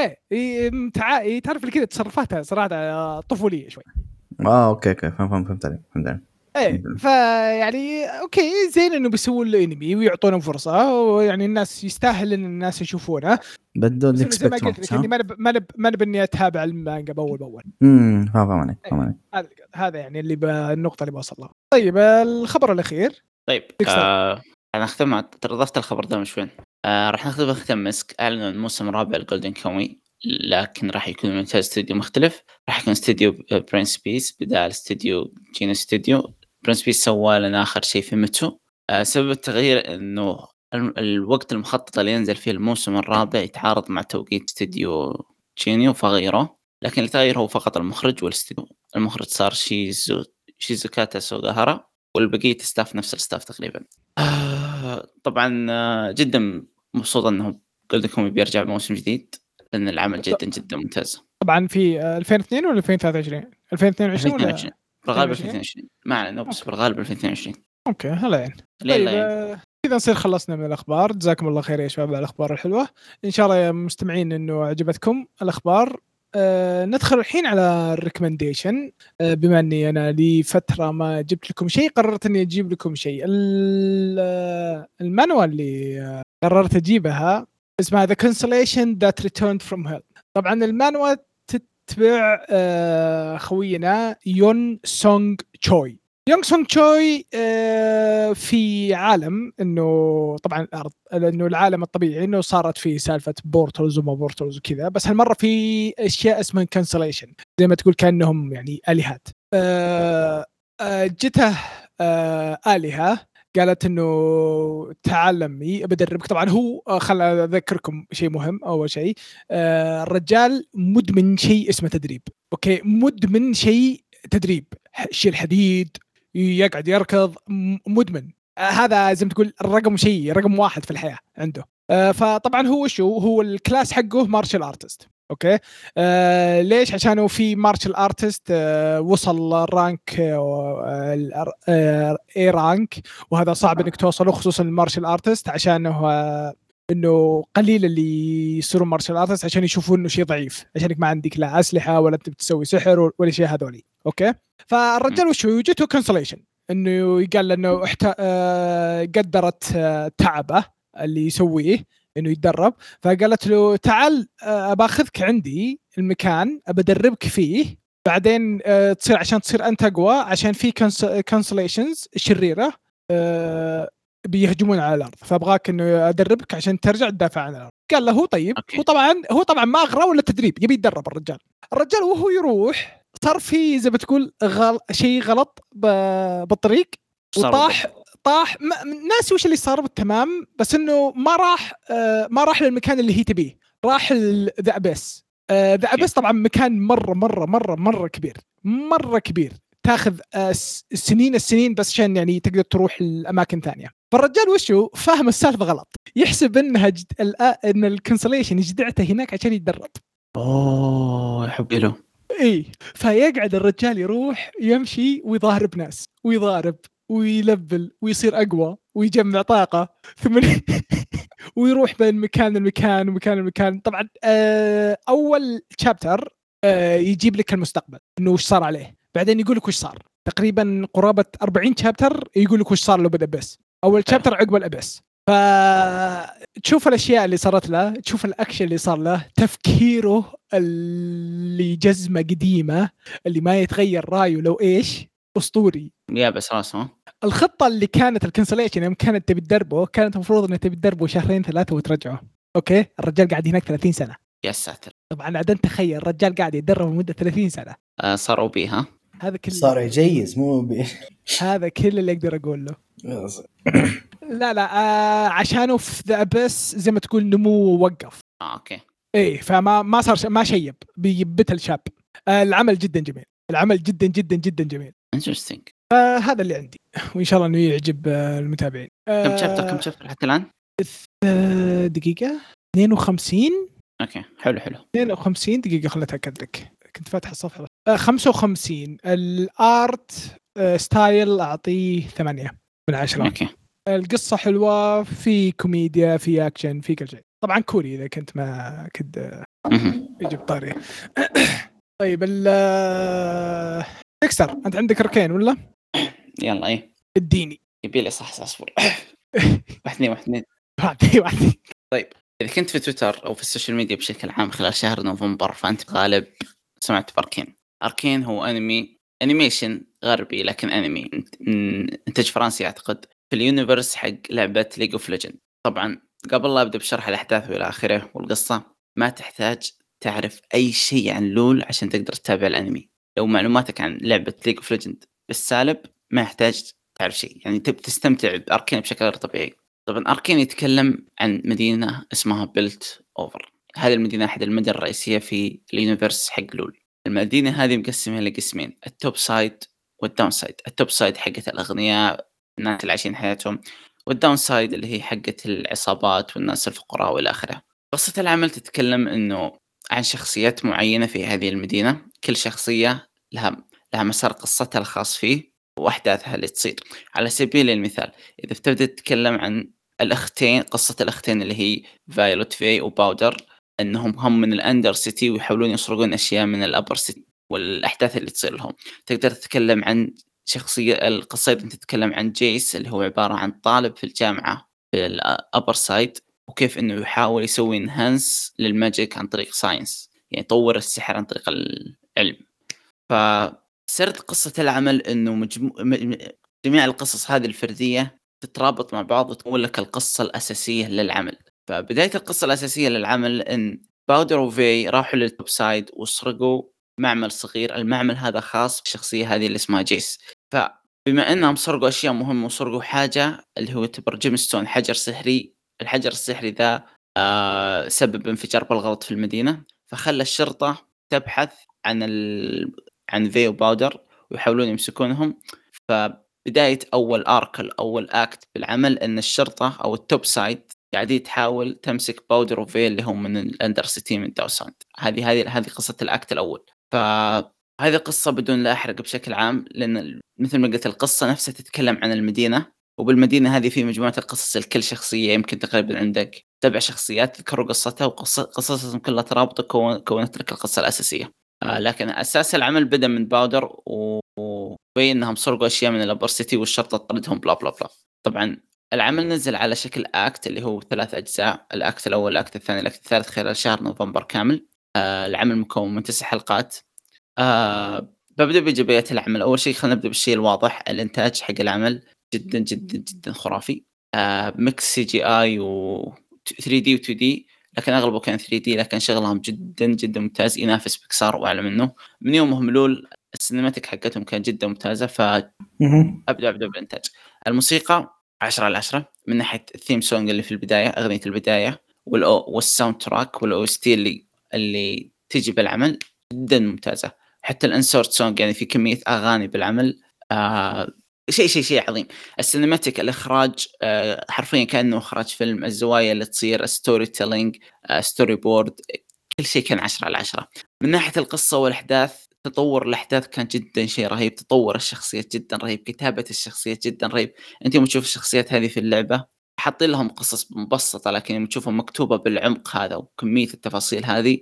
ايه تعرف اللي كذا تصرفاتها صراحه طفوليه شوي. اوكي فهمت عليك. ايه فيعني اوكي زين انه بيسوون له انمي ويعطونه فرصه، ويعني الناس يستاهل ان الناس يشوفونه. بدون زي ما قلت لك اني ما نبني اتابع المانجا باول. فاهم عليك. هذا يعني اللي النقطه اللي بوصل لها. طيب الخبر الاخير. طيب انا اختم ترى ضفت الخبر ده مش وين. راح نختم مسك اعلنوا الموسم الرابع الجولدن كومي، لكن راح يكون من استوديو مختلف. راح يكون استوديو برنس بيس بدال استوديو جينو ستوديو. برنس بيس سوى لنا آخر شيء في ميتسو. سبب التغيير إنه الوقت المخطط اللي ينزل فيه الموسم الرابع يتعارض مع توقيت استوديو جينيو فغيره، لكن التغيير هو فقط المخرج والاستوديو. المخرج صار شيزوكاتا سوغاهارا، والبقية ستاف نفس الستاف تقريبا. طبعا جدا مبسوط أنه جولدن بيرجع بموسم جديد، لأن العمل جدا ممتاز. طبعا في 2002 ولا 2023 2022 ولا بالغالب 2022 معنا بس بالغالب 2022. اوكي هلا يعني. طيب كذا نصير خلصنا من الاخبار. جزاكم الله خير يا شباب على الاخبار الحلوه. ان شاء الله يا مستمعين انه عجبتكم الاخبار. ندخل الحين على الريكومنديشن. بما اني انا لفتره ما جبت لكم شيء قررت اني اجيب لكم شيء. المانوال اللي قررت اجيبها اسمها The Constellation That Returned From Hell. طبعا المانوال تتبع خوينا يون سونغ تشوي. يونغ سونغ تشوي في عالم انه طبعا الارض، لانه العالم الطبيعي انه صارت فيه سالفه بورتلز وما بورتلز وكذا، بس هالمره في اشياء اسمها كانسليشن، زي ما تقول كانهم يعني الهات. جته الهه قالت انه تعال لمي بدربك. طبعا هو خل اذكركم شيء مهم. اول شيء الرجال مدمن شيء اسمه تدريب. اوكي، مدمن شيء تدريب، يشيل حديد، يقعد يركض، مدمن. هذا زي ما تقول رقم واحد في الحياة عنده. فطبعا هو شو هو الكلاس حقه مارشال ارتست. اوكي. ليش؟ عشانه في مارشال ارتست وصل رانك اي رانك، وهذا صعب انك توصله، خصوصا المارشال ارتست، عشانه انه قليل اللي يصيرون مارشال ارتست عشان يشوفون انه شيء ضعيف، عشانك ما عندك لا اسلحه ولا انت بتسوي سحر ولا شيء هذولي. اوكي. فالرجال وش هو جته كانسليشن، انه قال انه قدرت تعبه اللي يسويه انه يتدرب، فقالت له تعال باخذك عندي المكان بدربك فيه، بعدين تصير عشان تصير انت اقوى، عشان في كانسليشنز شريره بيهجمون على الارض، فابغاك انه ادربك عشان ترجع تدافع عن الارض. قال له طيب. أوكي. هو طبعا ما اغرى ولا تدريب، يبي يتدرب الرجال وهو يروح صار في زي ما تقول شيء غلط بالطريق، طاح ناس وش اللي صار بالتمام، بس انه ما راح للمكان اللي هي تبيه، راح ذا ابيس. ذا ابيس طبعا مكان مره كبير، تاخذ السنين بس عشان يعني تقدر تروح الاماكن ثانيه. فالرجال وشو فاهم السالفه غلط، يحسب انها ان الكونسليشن يجدعته هناك عشان يتدرب. يحب له. اي، فيقعد الرجال يروح يمشي ويضارب ناس ويضارب ويلبل ويصير اقوى ويجمع طاقه ثم ويروح بين مكان. طبعا اول شابتر يجيب لك المستقبل انه وش صار عليه، بعدين يقول لك وش صار. تقريبا قرابه 40 شابتر يقول لك وش صار له بدا بس اول شابتر عقب الابس. فتشوف الاشياء اللي صارت له، تشوف الاكشن اللي صار له، تفكيره اللي جزمه قديمه اللي ما يتغير رايه لو ايش، اسطوري. يا بس راسه. الخطه اللي كانت الكنسليشن يوم كانت تبي تدربه، كانت المفروض انها تبي تدربه شهرين ثلاثه وترجعه. اوكي، الرجال قاعد هناك 30 سنه. يا ساتر. طبعا عاد انت تخيل الرجال قاعد يتدرب لمده 30 سنه. صاروا بيها. هذا كل صار يجيز مو هذا كل اللي اقدر اقول له. لا عشانه في ذا ابس زي ما تقول نمو وقف. اوكي. ايه، فما صار ما شيب بيبت الشاب. العمل جدا جميل، العمل جدا جميل. انترستينج. فهذا اللي عندي، وان شاء الله انه يعجب المتابعين. كم شابتر حتى الان؟ دقيقه 52. اوكي، حلو 52 دقيقه، خليني اتاكد لك، كنت فاتح الصفحه. 55. الارت ستايل اعطيه 8/10. اوكي. القصة حلوة، في كوميديا، في أكشن، في كل شيء. طبعا كوري إذا كنت ما كنت يجيب طاري. طيب تكسر، أنت عندك أركين ولا؟ يلا ايه اديني. يبي لي صح اصبر. واحد طيب، اذا كنت في تويتر او في السوشيال ميديا بشكل عام خلال شهر نوفمبر، فانت غالب سمعت باركين هو انيميشن غربي، لكن انمي انتاج فرنسي اعتقد، في اليونيفرس حق لعبه ليج اوف ليجند. طبعا قبل لا ابدا بشرح الاحداث والى اخره والقصه، ما تحتاج تعرف اي شيء عن لول عشان تقدر تتابع الانمي. لو معلوماتك عن لعبه ليج اوف ليجند بالسالب، ما يحتاج تعرف شيء، يعني تستمتع باركين بشكل غير طبيعي. طبعا أركين يتكلم عن مدينة اسمها بيلت أوفر. هذه المدينة أحد المدن الرئيسية في اليونيفرس حق لول. المدينة هذه مقسمة لقسمين، التوب سايد والداون سايد. التوب سايد حقة الأغنياء، الناس اللي عايشين حياتهم، والداون سايد اللي هي حقة العصابات والناس الفقراء والى آخره. قصة العمل تتكلم إنه عن شخصيات معينة في هذه المدينة، كل شخصية لها مسار قصتها الخاص فيه وأحداثها اللي تصير. على سبيل المثال، إذا بتبدأ تتكلم عن الأختين، قصة الأختين اللي هي فايولوت في وباودر، أنهم هم من الأندر سيتي ويحاولون يسرقون أشياء من الأبر سيتي والأحداث اللي تصير لهم. تقدر تتكلم عن شخصية القصة، أنت تتكلم عن جيس اللي هو عبارة عن طالب في الجامعة في الأبر سايد، وكيف أنه يحاول يسوي انهانس للماجيك عن طريق ساينس، يعني يطور السحر عن طريق العلم. سرد قصة العمل إنه جميع القصص هذه الفردية تترابط مع بعض وتكون لك القصة الأساسية للعمل. فبداية القصة الأساسية للعمل إن باودر وفي راحوا للتوب سايد وسرقوا معمل صغير. المعمل هذا خاص بالشخصية هذه اللي اسمها جيس. فبما إنهم سرقوا أشياء مهمة وسرقوا حاجة اللي هو يعتبر جيمستون، حجر سحري، الحجر السحري ذا سبب انفجار بالغلط في المدينة، فخلى الشرطة تبحث عن في وباودر ويحاولون يمسكونهم. فبداية أول آرك أول أكت بالعمل إن الشرطة أو التوب سايد قاعدين تحاول تمسك باودر وفي اللي هم من الأندر سيتي من داوساند. هذه قصة الأكت الأول. فهذه قصة بدون لا أحرق بشكل عام، لأن مثل ما قلت القصة نفسها تتكلم عن المدينة، وبالمدينة هذه في مجموعة القصص الكل شخصية يمكن تقريبا عندك 7 شخصيات تذكروا قصتها وقصصهم كلها ترابطة كونت لك القصة الأساسية. لكن أساس العمل بدأ من باودر وبين أنهم سرقوا أشياء من الأبر سيتي والشرطة طردهم بلا بلا بلا. طبعا العمل نزل على شكل أكت اللي هو 3 أجزاء، الأكت الأول الأكت الثاني الأكت الثالث خلال شهر نوفمبر كامل. العمل مكون من 9 حلقات. ببدأ بإيجابيات العمل. أول شيء خلينا نبدأ بالشيء الواضح، الإنتاج حق العمل جدا جدا جدا خرافي. ميكس سي جي آي و 3D و 2D، لكن أغلبه كان 3D، لكن شغلهم جدا جدا ممتاز، ينافس بيكسار وأعلى منه. من يومهم لول السينماتيك حقتهم كانت جدا ممتازة. فأبدأ بالإنتاج. الموسيقى 10/10 من ناحية الثيم سونج اللي في البداية، أغنية البداية والساوند تراك والأوستي اللي تيجي بالعمل جدا ممتازة. حتى الانسورت سونج يعني في كمية أغاني بالعمل شيء عظيم. السينماتيك الإخراج حرفيا كأنه إخراج فيلم. الزوايا اللي تصير، ستوري تيلينج، ستوري بورد، كل شيء كان 10/10. من ناحية القصة والأحداث، تطور الأحداث كان جدا شيء رهيب، تطور الشخصيات جدا رهيب، كتابة الشخصيات جدا رهيب. أنت يوم تشوف الشخصيات هذه في اللعبة حاطين لهم قصص مبسطة، لكن يوم تشوفهم مكتوبة بالعمق هذا وكمية التفاصيل هذه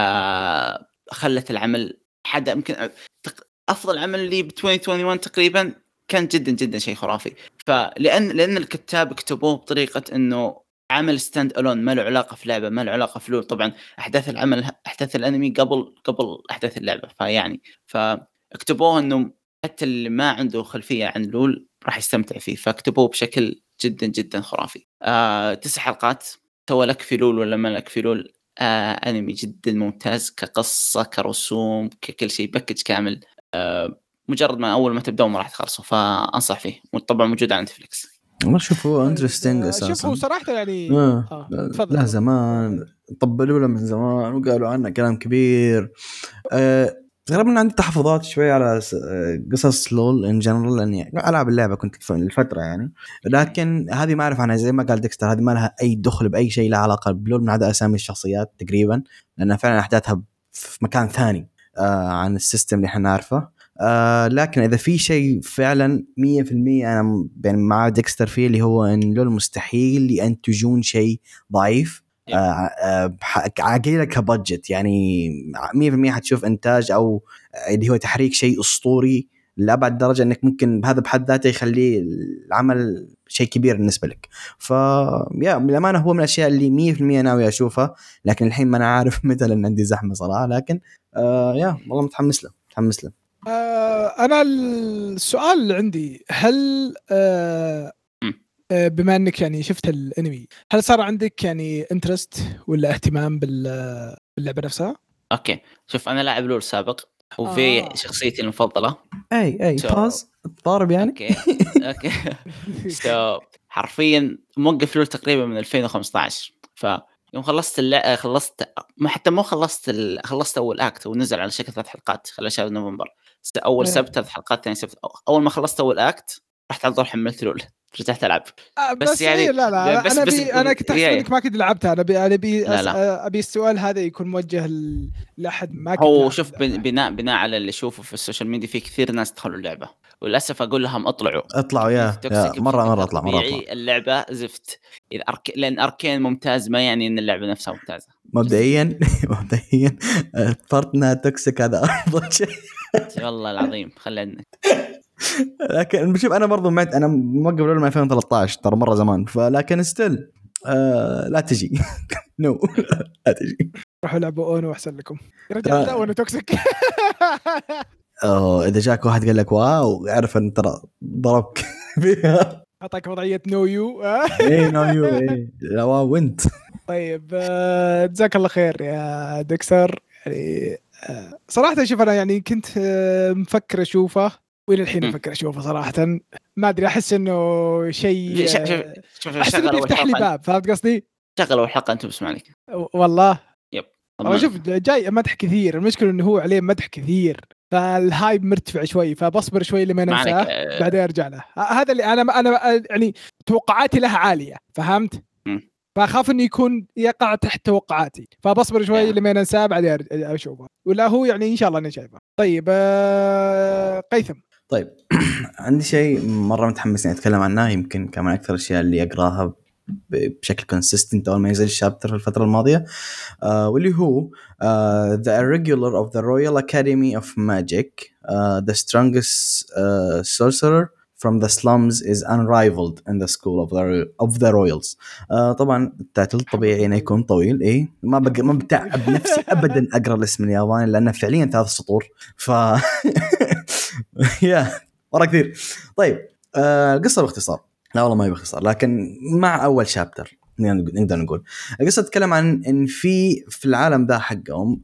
خلت العمل حدا يمكن أفضل عمل لي ب 2021 تقريبا. كان جدا جدا شيء خرافي. لأن الكتاب كتبوه بطريقة إنه عمل ستاند ألون، ما له علاقة في لعبة، ما له علاقة في لول. طبعا أحداث العمل أحداث الأنمي قبل أحداث اللعبة، فاكتبوه إنه حتى اللي ما عنده خلفية عن لول راح يستمتع فيه، فاكتبوه بشكل جدا جدا خرافي. 9 حلقات، سواء لك في لول ولا ما لك في لول، أنمي جدا ممتاز كقصة كرسوم ككل شيء، باكج كامل. مجرد ما أول ما تبدأوا ما راح تخلصوا، فأنصح فيه. طبعا موجود على نتفليكس. ما شوفوا انترستينج اساسا. شوفوا صراحه يعني لا زمان طبلوا له من زمان وقالوا عنه كلام كبير. تقريبا عندي تحفظات شوي على قصص لول ان جنرال، لاني العب اللعبه كنت في الفتره يعني، لكن هذه ما اعرف عنها. زي ما قال ديكستر، هذه ما لها اي دخل باي شيء له علاقه بلول من عدا اسامي الشخصيات تقريبا، لانها فعلا احداثها في مكان ثاني عن السيستم اللي احنا نعرفه. لكن إذا في شيء فعلا 100% أنا يعني مع ديكستر فيه، اللي هو إن لول مستحيل ينتجون شيء ضعيف عاقلة كبادجت. يعني 100% حتشوف إنتاج أو اللي هو تحريك شيء أسطوري لأبعد درجة، إنك ممكن بهذا بحد ذاته يخليه العمل شيء كبير بالنسبة لك. يا بالأمانة هو من الأشياء اللي 100% ناوي أشوفها، لكن الحين ما أنا عارف متى لأن عندي زحمة صراحة. لكن يا والله متحمس له. أنا السؤال اللي عندي، هل بما أنك يعني شفت الأنمي، هل صار عندك يعني انترست ولا اهتمام باللعبة نفسها؟ أوكي، شوف أنا لاعب لول سابق وفي شخصيتي المفضلة. أي باز ضارب يعني. أوكي. حرفيا موقف لول تقريبا من 2015. يوم خلصت حتى مو خلصت أول أكت ونزل على شكل 3 حلقات خلال شهر نوفمبر. أول سبت 3 حلقات، ثاني سبت. أول ما خلصت أول أكت رحت على طول حملت لول، رجعت ألعب. بس يعني لا بس أنا كنت أحسب إنك ما كنت لعبتها. أبي السؤال هذا يكون موجه لأحد ما كنت. هو شوف بناء على اللي شوفه في السوشيال ميديا، في كثير ناس دخلوا اللعبة، وللأسف أقول لهم اطلعوا يا مرة أطلع. اللعبة زفت. لأن أركين ممتاز ما يعني إن اللعبة نفسها ممتازة. مبدئيا فرطنا توكسيك هذا أفضل شيء والله العظيم. خلينا لكن بشوف أنا برضو أنا موقف لول من 2013 ترى مرة زمان، فلكن ستيل لا تجي نو لا تجي. روحوا لعبوا أونو أحسن لكم يا رجال. لا وأنا توكسيك. اذا جاك واحد قال لك واو اعرف ان ترى ضربك فيها. اعطاك وضعيه نو يو. ايه نو يو ايه لا واو وانت. طيب جزاك الله خير يا دكسر. يعني صراحه شوف انا يعني كنت مفكر اشوفه والى الحين افكر اشوفه صراحه. ما ادري احس انه شيء احس انه بيفتح لي باب. فهمت قصدي؟ شغل اول حلقه انت بسمع لك والله. يب والله شوف جاي مدح كثير. المشكله انه هو عليه مدح كثير فالهايب مرتفع شوي فبصبر شوي لما ننساه بعدين ارجع له. هذا اللي انا يعني توقعاتي له عاليه فهمت. فاخاف انه يكون يقع تحت توقعاتي فبصبر شوي لما ننساه بعدين اشوفه ولا هو يعني ان شاء الله انا شايفه. طيب قيثم. طيب عندي شيء مره متحمس اني اتكلم عنه يمكن كمان اكثر الاشياء اللي اقراها بشكل كونسيستنت اول ما ينزل الشابتر في الفتره الماضيه واللي هو The Irregular of the Royal Academy of Magic the strongest sorcerer from the slums is unrivaled in the school of the royals. طبعا التايتل طبيعي انه يكون طويل. ايه ما بتعب نفسي ابدا اقرا الاسم الياباني لانه فعليا 3 سطور ف يا ورا كثير. طيب القصه باختصار لا والله ما هي باختصار لكن مع اول شابتر نقدر نقول القصه تتكلم عن ان في العالم ذا حقهم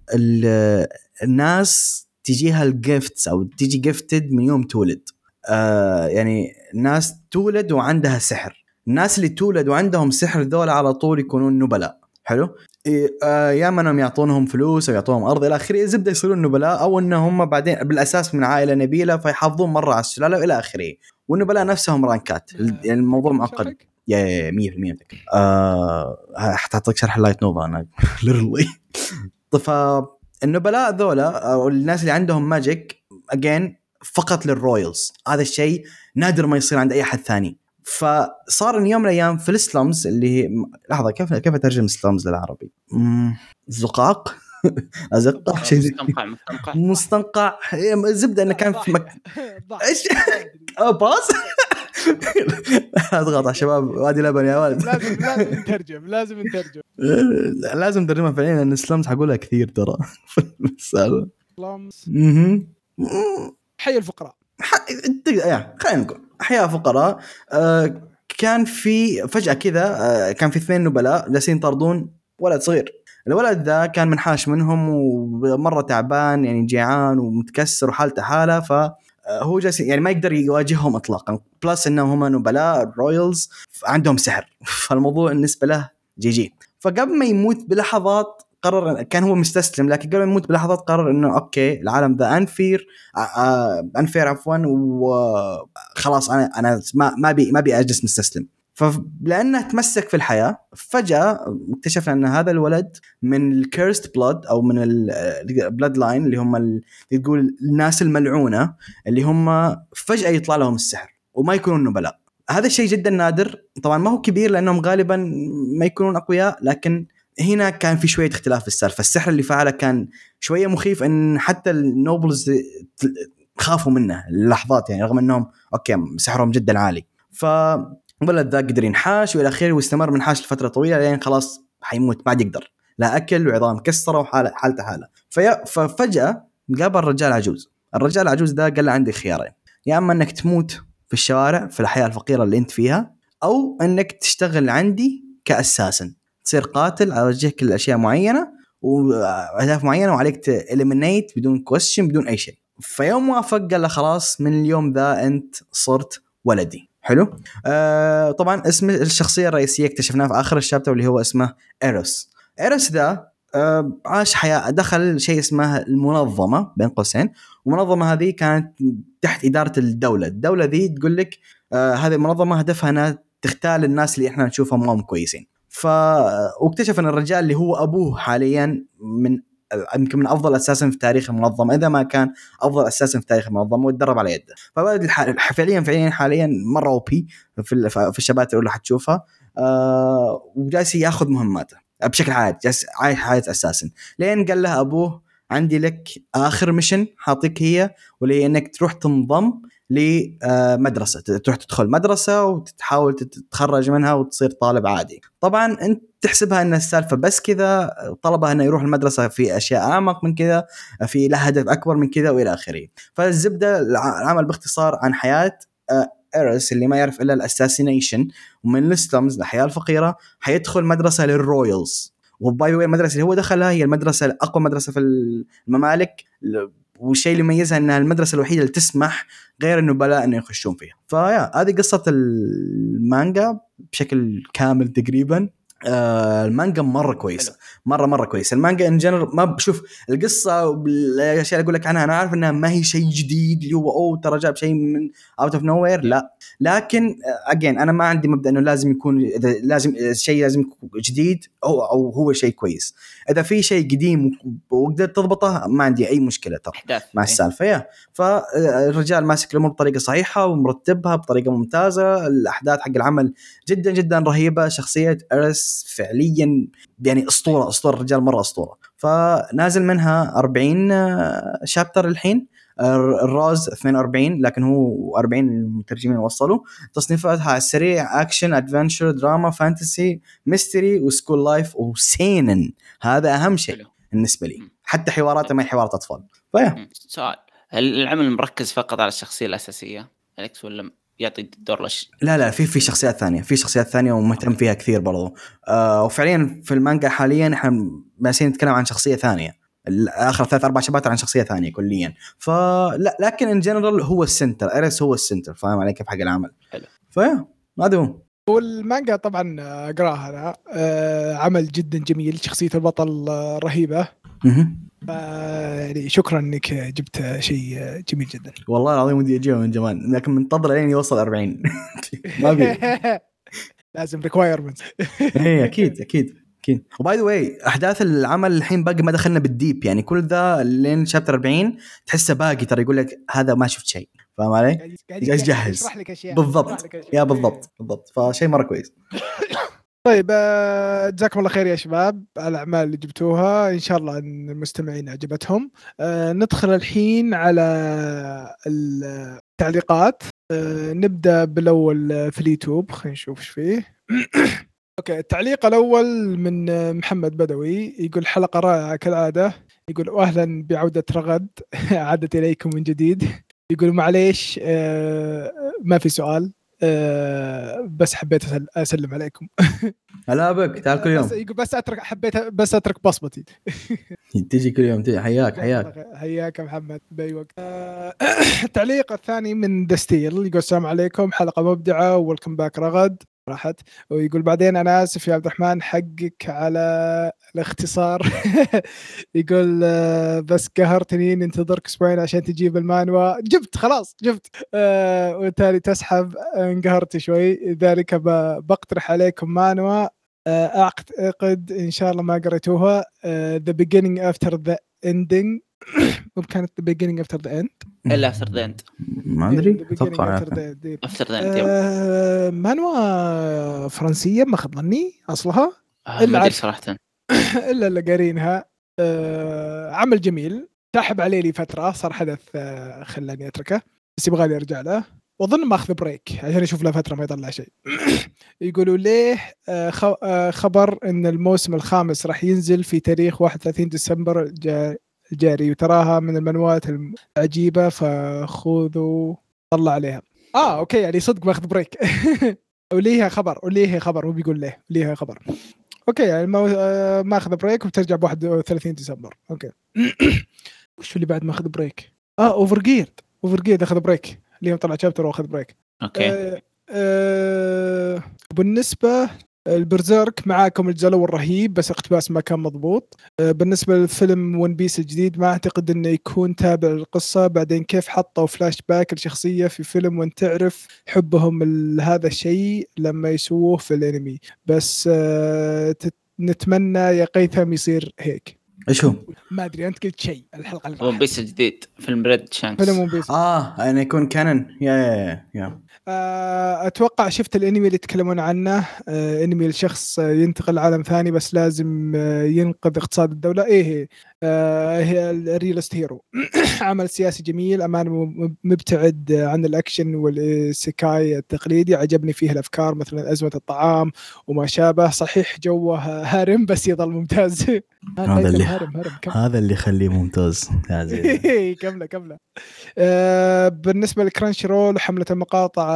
الناس تجيها الجيفتس او تيجي جيفتد من يوم تولد. يعني ناس تولد وعندها سحر. الناس اللي تولد وعندهم سحر ذول على طول يكونون نبلاء. حلو. يا منهم يعطونهم فلوس او يعطونهم ارض الى اخره زبده يصيرون نبلاء او انهم بعدين بالاساس من عائله نبيله فيحافظون مره على السلاله الى اخره. والنبلاء نفسهم رانكات. يعني الموضوع معقد يا 100% حتى اعطيك شرح اللايت نوفا انا ليرلي. فالنبلاء ذولا او الناس اللي عندهم ماجيك اجين فقط للرويالز. هذا الشيء نادر ما يصير عند اي احد ثاني. فصار يوم من الايام في السلمز اللي هي لحظه كيف اترجم السلمز للعربي؟ زقاق ازقق شيء مستنقع زبده انه كان في ايش باص اضغط على شباب وادي لبن يا ولد. لازم نترجم لازم نترجمها فعليا لان السلمز حقولها كثير ترى في السالفه. حي الفقراء خلينا نقول احياء فقراء. كان في فجأة كذا كان في 2 نبلاء جالسين يطاردون ولد صغير. الولد ذا كان منحاش منهم ومرة تعبان يعني جيعان ومتكسر وحالته حالة فهو جالس يعني ما يقدر يواجههم اطلاقا. بلس انهم هم نبلاء الرويالز عندهم سحر فالموضوع بالنسبة له جي. فقبل ما يموت بلحظات قرر كان هو مستسلم لكن قبل ما يموت بلحظات قرر انه اوكي العالم ذا انفير عفوا وخلاص انا ما بي اجلس مستسلم. فلانه تمسك في الحياه فجاه اكتشفنا ان هذا الولد من الكيرست بلود او من البلاد لاين اللي هم تقول الناس الملعونه اللي هم فجاه يطلع لهم السحر وما يكونون نبلاء. هذا الشيء جدا نادر طبعا ما هو كبير لانهم غالبا ما يكونون اقوياء لكن هنا كان في شوية اختلاف في السالفة. السحر اللي فعله كان شوية مخيف ان حتى النوبلز خافوا منه للحظات يعني رغم انهم اوكي سحرهم جدا عالي. فولد ذا قدر ينحاش والى اخره واستمر منحاش لفترة طويلة لين خلاص حيموت ما عاد يقدر لا اكل وعظام مكسرة وحالته حالة. ففجأة قابل الرجال العجوز ده قال له عندي خيارين يا اما انك تموت في الشوارع في الحياة الفقيرة اللي انت فيها او انك تشتغل عندي كأساسن تصير قاتل اوجهك لاشياء معينه واهداف معينه وعليك تإليمينيت بدون كويستشن بدون اي شيء. فيوم وافق قال له خلاص من اليوم ذا انت صرت ولدي. حلو. طبعا اسم الشخصيه الرئيسيه اكتشفناه في اخر الشابتر اللي هو اسمه ايروس ذا عاش حياه دخل شيء اسمه المنظمه بين قوسين. والمنظمه هذه كانت تحت اداره الدوله ذي تقول لك هذه المنظمه هدفها انها تختال الناس اللي احنا نشوفهم ما هم كويسين. واكتشف ان الرجال اللي هو ابوه حاليا يمكن من افضل اساسا في تاريخ المنظمه اذا ما كان افضل اساسا في تاريخ المنظمه وتدرب على يده. فبعد فعليا حاليا مره اوبي في الشبات اللي حتشوفها. وجالس ياخذ مهماته بشكل عادي جالس عايش حياه اساسا لين قال له ابوه عندي لك اخر ميشن حاطيك هي واللي انك تروح تنضم لمدرسة، تروح تدخل مدرسة وتحاول تتخرج منها وتصير طالب عادي. طبعا أنت تحسبها أن السالفة بس كذا، طلبها أنه يروح المدرسة في أشياء أعمق من كذا، في له هدف أكبر من كذا وإلى آخره. فالزبدة العمل باختصار عن حياة إيريس اللي ما يعرف إلا الأساسينيشن، ومن السلمز الحياة الفقيرة حيدخل مدرسة للرويالز. وباي ذا المدرسة اللي هو دخلها هي المدرسة الأقوى مدرسة في الممالك، والشيء اللي يميزها أنها المدرسة الوحيدة اللي تسمح غير النبلاء أن يخشون فيها. فيا هذه قصة المانجا بشكل كامل تقريبا. المانجا مرة كويسة، مرة كويسة المانجا إن جنرال. ما بشوف القصة والأشياء اللي أقول لك عنها، أنا عارف إنها ما هي شيء جديد اللي هو ترى جاب شيء من out of nowhere، لا. لكن again أنا ما عندي مبدأ إنه لازم يكون، لازم شيء لازم يكون جديد أو هو شيء كويس. إذا في شيء قديم وقدرت تضبطه ما عندي أي مشكلة ترى مع السالفة. فالرجال ماسك الأمور بطريقة صحيحة ومرتبها بطريقة ممتازة. الأحداث حق العمل جدا جدا رهيبة. شخصية إيريس فعليا يعني أسطورة الرجال مرة أسطورة. فنازل منها 40 شابتر الحين، الراز 42 لكن هو 40 المترجمين وصلوا. تصنيفاتها على السريع: أكشن، أدفنتشر، دراما، فانتسي، ميستري، وسكول لايف، وسينن. هذا أهم شيء بالنسبة لي، حتى حواراته ما هي حوارات أطفال. سؤال: هل العمل مركز فقط على الشخصية الأساسية أليكس ولا يعطي الدور لش؟ لا في شخصيات ثانية، في شخصيات ثانية ومهتم فيها كثير برضو. وفعليا في المانجا حاليا احنا ماسين نتكلم عن شخصية ثانية، آخر 3-4 شباتر عن شخصية ثانية كليا. فلا لكن إن جنرال هو السنتر، إيريس هو السنتر. فاهم علي كيف حق العمل؟ حلو. هذا هو. والمانجا طبعا أقراها أنا. عمل جدا جميل، شخصية البطل رهيبة. يعني شكرا انك جبت شيء جميل جدا. والله العظيم ودي اجيبه من زمان لكن منتظر لين يوصل 40. ما بي لازم ريكوايرمنت. ايه اكيد. وباي ذا واي احداث العمل الحين باقي ما دخلنا بالديب، يعني كل ذا لين شابتر 40 تحسه باقي، ترى يقول لك هذا ما شفت شيء. فاهم علي؟ جاهز يشرح لك اشياء بالضبط. يا بالضبط فشيء مره كويس. طيب جزاكم الله خير يا شباب على الأعمال اللي جبتوها، إن شاء الله أن المستمعين عجبتهم. ندخل الحين على التعليقات. نبدأ بالأول في اليوتيوب، خلينا نشوف ايش فيه. أوكي، التعليق الأول من محمد بدوي، يقول حلقة رائعة كالعادة. يقول أهلا بعودة رغد. عادت إليكم من جديد. يقول معليش ما في سؤال، بس حبيت أسلم عليكم. هلا بك، تعال كل يوم. يقول بس أترك بصمتي. تجي كل يوم، تجي. حياك محمد بأي وقت. التعليق الثاني من دستيل، يقول السلام عليكم، حلقة مبدعة ويلكم باك رغد راحت. ويقول بعدين أنا آسف يا عبد الرحمن حقك على الاختصار. يقول بس قهرتني، ننتظرك أسبوعين عشان تجيب المانوا. خلاص جبت. وتالي تسحب، انقهرت شوي، ذلك بقترح عليكم مانوا أعتقد إن شاء الله ما قريتوها. The beginning after the ending. وكانت the beginning after the end إلا after the end. ما أدري، أتوقع after the end. مانوا فرنسية ما خضني أصلها. ما أدري صراحة. إلا اللي قارينها. عمل جميل، ساحب عليه لي فترة، صار حدث خلاني أتركه، بس يبغالي أرجع له. وأظن ما أخذ بريك عشان أشوف له فترة ما يطلع شيء. يقولوا ليه خبر إن الموسم الخامس راح ينزل في تاريخ 31 ديسمبر الجاري، وتراها من المنوات العجيبة فخذوا طلع عليها. أوكي، يعني صدق ما أخذ بريك. وليها خبر هو بيقول ليها خبر. أوكي، يعني ما أخذ بريك وبترجع ب 31 ديسمبر. أوكي. وش اللي بعد ما أخذ بريك؟ أوفرجيرد أخذ بريك، اليوم طلع شابتر وأخذ بريك. أوكي. بالنسبة البرزيرك معاكم الجزء الأول رهيب، بس اقتباس ما كان مضبوط. بالنسبة للفيلم ون بيس الجديد ما أعتقد إنه يكون تابع للقصة. بعدين كيف حطوا فلاش باك الشخصية في فيلم وانت تعرف حبهم لهذا الشيء لما يسووه في الانمي. بس نتمنى يا قيثم يصير هيك. ايش هو؟ ما ادري، انت قلت شيء الحلقه اللي ون بيس الجديد، فيلم ريد شانكس. فيلم ون بيس يعني يكون كانن. يا اتوقع شفت الانمي اللي يتكلمون عنه، انمي الشخص ينتقل لعالم ثاني بس لازم ينقذ اقتصاد الدوله. ايه هي الريلست هيرو. عمل سياسي جميل امان، مبتعد عن الاكشن والسيكاي التقليدي. عجبني فيه الافكار مثلا ازمه الطعام وما شابه. صحيح جوه هارم بس يظل ممتاز. هذا اللي يخليه ممتاز. كمله. بالنسبة لكرانشي رول حملة المقاطع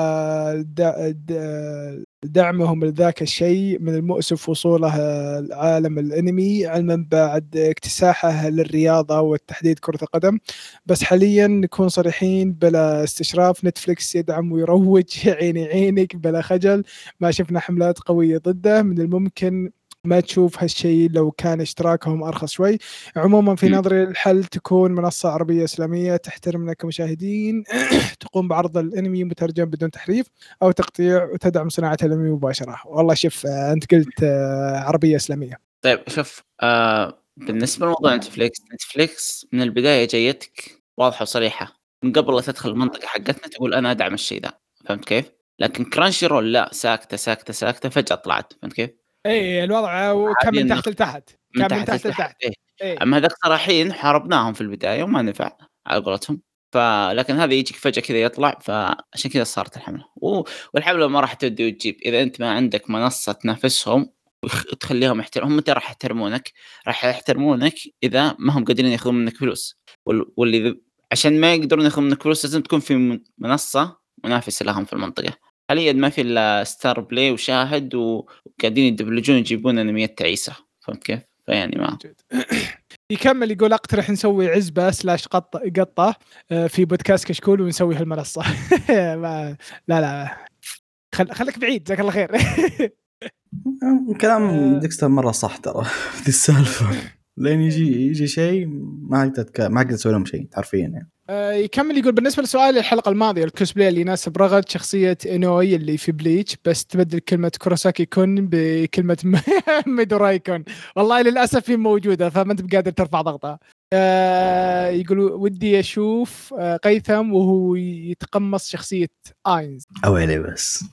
دعمهم لذاك الشيء من المؤسف وصوله العالم الانمي، علما بعد اكتساحه للرياضة والتحديد كرة القدم. بس حاليا نكون صريحين بلا استشراف، نتفليكس يدعم ويروج. عيني عينك بلا خجل، ما شفنا حملات قوية ضده. من الممكن ما تشوف هالشيء لو كان اشتراكهم أرخص شوي. عموما في نظري الحل تكون منصة عربية إسلامية تحترمنا كمشاهدين، تقوم بعرض الأنمي مترجم بدون تحريف أو تقطيع وتدعم صناعة الأنمي مباشرة. والله شوف أنت قلت عربية إسلامية. طيب شوف، بالنسبة لموضوع نتفليكس من البداية جايتك واضحة وصريحة، من قبل لا تدخل المنطقة حقتنا تقول أنا أدعم الشيء ذا، فهمت كيف؟ لكن كرانشي رول لا، ساكتة فجأة طلعت، فهمت كيف؟ ايه الوضع كان من تحت لتحت، كان من تحت لتحت. إيه. اما هذاك صراحين حاربناهم في البدايه وما نفع على قولتهم، فلكن هذا يجيك فجاه كذا يطلع، فعشان كذا صارت الحمله. والحمله ما راح تودي وتجيب اذا انت ما عندك منصه تنافسهم وتخليهم هم ترى راح يحترمونك اذا ما هم قادرين ياخذون منك فلوس. واللي عشان ما يقدرون ياخذون منك فلوس لازم تكون في منصه منافسه لهم في المنطقه. حاليا ما في الا ستار بلاي وشاهد وقاعدين يدبلجون يجيبون انميات تعيسه، فهمت كيف؟ فيعني ما يكمل يقول اقترح نسوي عزبه سلاش قطه في بودكاست كشكول ونسوي هالمنصه. لا خليك بعيد، جزاك الله خير. كلام ديكستر مره صح ترى في السالفه. لين يجي شيء ما اقدر اسوي لهم شيء حرفيا يعني. يكمل يقول بالنسبة لسؤال الحلقة الماضية، الكوسبلاي اللي يناسب رغد شخصية إنوي اللي في بليتش بس تبدل كلمة كوروساكي كون بكلمة ميدوراي كون. والله للأسف هي موجودة فما أنت بقادر ترفع ضغطها. يقول ودي أشوف قيثم وهو يتقمص شخصية آينز. أويلي بس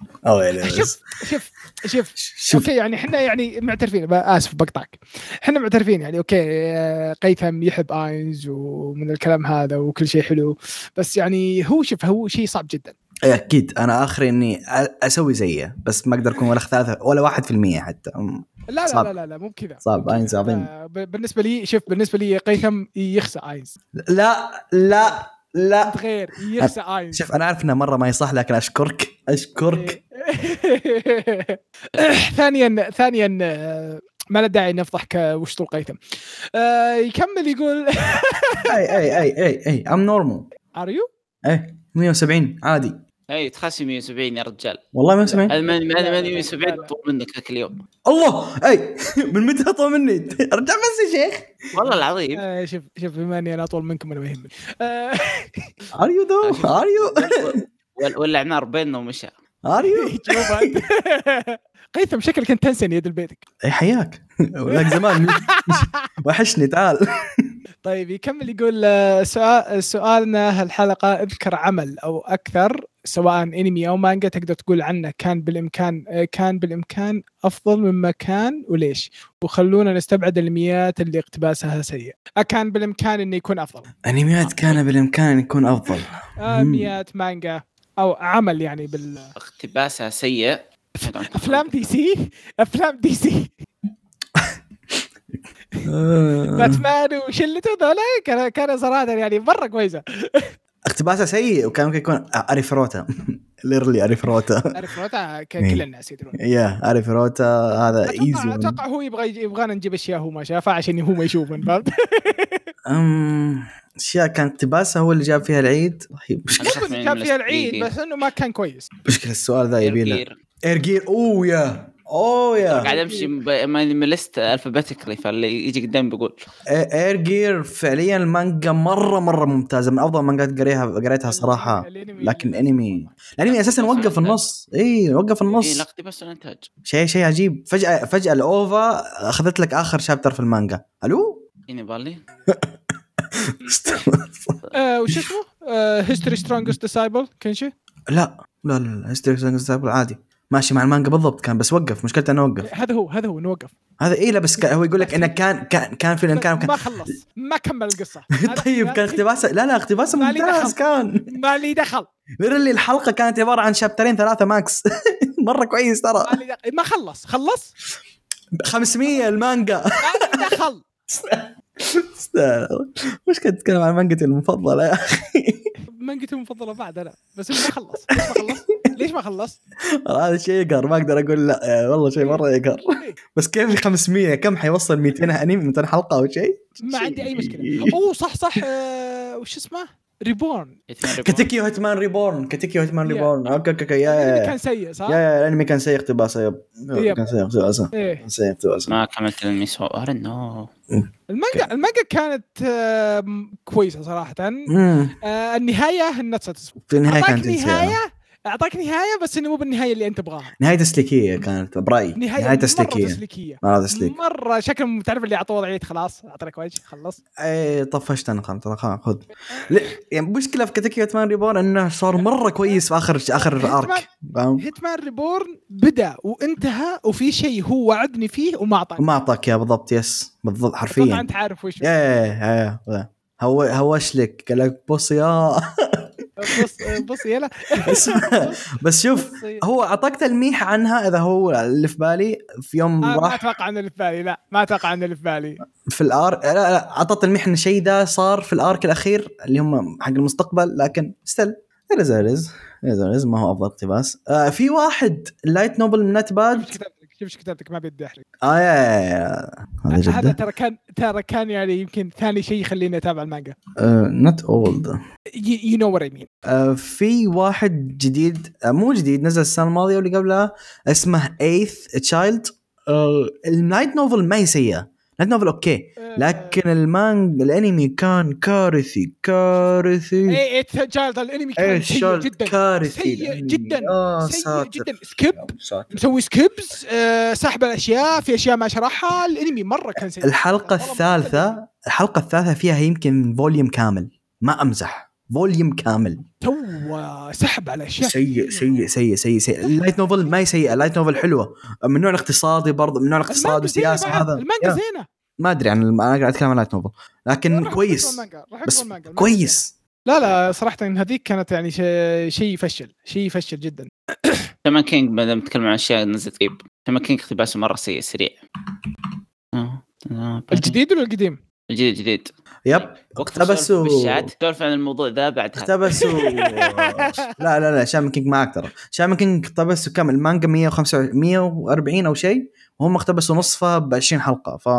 شوف أوكي يعني إحنا يعني معترفين، آسف بقطعك، إحنا معترفين يعني أوكي قيثم يحب آينز ومن الكلام هذا وكل شيء حلو، بس يعني هو شيء صعب جدا. أكيد أنا آخري إني أسوي زيه بس ما أقدر أكون ولا 3 ولا 1% حتى. لا مو بكذا صعب. آينز عظيم بالنسبة لي. شوف بالنسبة لي قيثم يخسى آينز. لا غير يخسى آينز. شوف أنا عارف إنه مرة ما يصح لكن أشكرك. ثانيا ما له داعي نفضحك وش طول قيثم. يكمل يقول اي I'm normal. Are you؟ 170 عادي. اي تخاسي 170 يا رجال. والله 170. الماني 170 طول منك ذاك اليوم. الله اي من متى اطول مني؟ ارجع بس يا شيخ والله العظيم. شوف بما اني انا اطول منكم انا ما يهمني. Are you ولا نار بيننا ومشى. Are you قيثم شكلك انت تنسني يد البيتك. اي حياك ولك زمان وحشني تعال. طيب يكمل يقول سؤالنا هالحلقة، اذكر عمل أو أكثر سواء أنمي أو مانجا تقدر تقول عنه كان بالإمكان أفضل مما كان وليش، وخلونا نستبعد الأنميات اللي اقتباسها سيء. كان بالإمكان إنه يكون أفضل. أنميات كان بالإمكان أن يكون أفضل. أنميات مانجا أو عمل يعني اقتباسها سيء. أفلام دي سي باتمان وشلته ذولا كان صراحة يعني مرة كويسة. اقتباسها سيء وكان ممكن يكون أريفروتا ليرلي أريفروتا كل الناس يدرون. أريفروتا هذا إيزي. أتوقع هو يبغانا نجيب أشياء هو ما شافها عشان هو ما يشوفن. أشياء كان اقتباسها هو اللي جاب فيها العيد. جاب فيها العيد بس إنه ما كان كويس. مشكلة السؤال ذا يبيله إيرجير. يا قاعد امشي من ليست الفابيتيكلي فاللي يجي قدام بيقول ايرجير. فعليا المانجا مره ممتازه، من افضل مانجات قريتها صراحه. لكن الانمي اساسا وقف النص. وقف النص. لا اقتباس الانتاج شيء عجيب. فجاه الاوفا اخذت لك اخر شابتر في المانجا. الو اني بالي وش اسمه هيستوري سترونجست ديسايبل كنشي؟ لا لا هيستيريك عادي ماشي مع المانجا بالضبط كان، بس وقف مشكلته انه وقف. هذا هو نوقف. هذا ايه لا بس هو يقول لك انه كان في الانكار ما خلص ما كمل القصة. طيب كان اقتباسه لا اقتباسه ممتاز كان ما لي دخل. اللي الحلقه كانت عباره عن شابترين 3 ماكس مره كويس ترى. ما خلص 500 المانجا. ما لي دخل. مش كنت تتكلم عن مانجتي المفضله يا اخي. مانجتي المفضله بعد انا بس ما خلص. ليش ما خلص؟ هذا شيء يقهر ما اقدر اقول لا والله شيء مره يقهر. بس كيف 500 كم حيوصل 200 انمي 200 حلقه او شيء؟ ما عندي اي مشكله. اوه صح وش اسمه ريبورن كاتيكيو هيتمان ريبورن اوكي يا كان سيء صح يا الانمي كان سيء اقتباسه كان سيء اقتباسه ما كملت الانمي سوى نو. المانجا كانت كويسه صراحه. النهايه النتسة في النهايه كانت اعطاك نهايه بس انه مو بالنهايه اللي انت تبغاها. نهايه تسليكيه كانت برايي. نهايه تسليكيه مره شكل تعرف اللي اعطوه وضعيه خلاص اعطيك وجه خلص. اي طفشت انا خذ يعني مشكله في كاتيكيو هيتمان ريبورن انه صار مره كويس في اخر ارك. هيتمان ريبورن بدا وانتهى وفي شيء هو وعدني فيه وما اعطاك يا بالضبط. يس بالضبط حرفيا. طبعا انت عارف وش هو ايش لك قال لك بص يا بص يلا بس شوف هو اعطاك تلميح عنها اذا هو اللي في بالي في يوم راح. ما اتوقع انه اللي في بالي. لا ما اتوقع انه اللي في بالي في الارك. لا اعطى تلميح ان الشيء ده صار في الارك الاخير اللي هم حق المستقبل لكن ستيل رز ما هو افضل اقتباس. في واحد لايت نوبل من نت باد. كيف كتابتك ما بدي احرق. هذا ترى كان يعني يمكن ثاني شيء يخليني اتابع المانجا. not old you know what I mean. في واحد جديد مو جديد نزل السنة الماضية واللي قبلها اسمه Eighth Child. النايت نوفل ما يسيء. نايت نوفل اوكي لكن المانجا الانمي كان كارثي. ايه تجارة الانمي كان سيء جدا سيء جدا مسوي سكيبز سحب الاشياء في اشياء ما شرحها. الانمي مره كان سيء. الحلقه الثالثه فيها يمكن فوليوم كامل ما امزح فوليوم كامل تو سحب على اشياء سيء. اللايت نوفل ما يسيء. اللايت نوفل حلوه من نوع الاقتصادي برضه من نوع الاقتصاد والسياسه. هذا المانجا زينه ما ادري عن انا قاعد اتكلم عن لايت نوفل لكن كويس بس كويس. لا صراحه ان هذيك كانت يعني شيء يفشل جدا. شامان كينج ما دام نتكلم عن اشياء نزلت قريب. شامان كينج اقتباسه مره سريع. الجديد ولا القديم؟ الجديد يب اقتبسوا بالشات سولف عن الموضوع ذا بعد اقتبسوا لا شامان كينج معك ترى. شامان كينج اقتبسوا كم المانجا 140 او شيء وهم اقتبسوا نصفها ب20 حلقه ف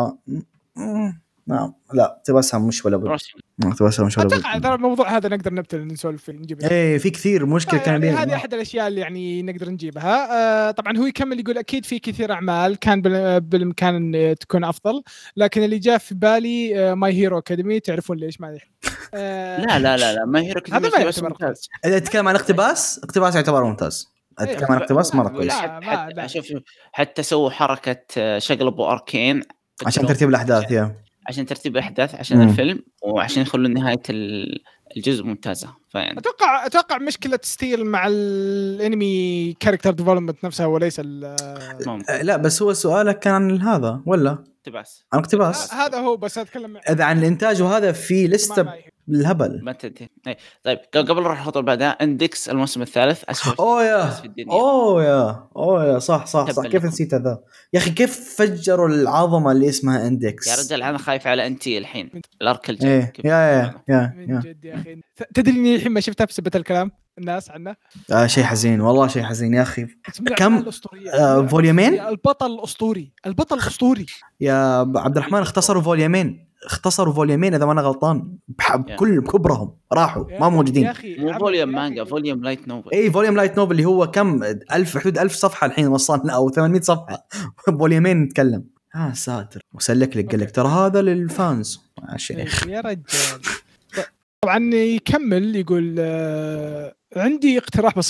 لا اقتباسها مش ولا اتوقع ترى الموضوع هذا نقدر نبتل نسولف فيه نجيب ايه في كثير مشكله كان يعني هذه احد الاشياء اللي يعني نقدر نجيبها. طبعا هو يكمل يقول اكيد في كثير اعمال كان بالامكان ان تكون افضل لكن اللي جاء في بالي ماي هيرو اكاديمي. تعرفون ليش ما لا ماي هيرو اكاديمي بس ممتاز. اذا تتكلم عن اقتباس يعتبر ممتاز. اتكلم عن اقتباس مره كويس. حتى سووا حركه شقلبوا اركين عشان ترتيب الاحداث عشان ترتيب الاحداث عشان الفيلم وعشان يخلون نهايه الجزء ممتازه. فيعني اتوقع مشكله ستيل مع الانمي كاركتر ديفلوبمنت نفسها وليس لا بس هو سؤالك كان عن هذا ولا اقتباس هذا هو بس اتكلم اذا عن الانتاج وهذا في لسته بالهبل ما تنتهي. طيب قبل نروح الخطوه بعدها اندكس الموسم الثالث اسفل في الدنيا. يا صح كيف نسيت هذا يا اخي. كيف فجروا العظمه اللي اسمها اندكس يا رجال. انا خايف على انتي الحين الارك الجاي. يا جد يا اخي. تدري اني الحين ما شفتها بسبب الكلام الناس عنه. شيء حزين والله شيء حزين يا اخي. كم فوليومين البطل الاسطوري يا عبد الرحمن اختصروا فوليومين اذا ما انا غلطان بكل كبرهم راحوا ما موجودين. مو فوليوم مانجا فوليوم لايت نوفل. اي فوليوم لايت نوفل اللي هو كم 1000 حدود 1000 صفحه الحين وصلنا او 800 صفحه فوليومين نتكلم. ساتر وسلك لك قال لك ترى هذا للفانز شيخ يا رجال. طبعا يكمل يقول عندي اقتراح بسيط.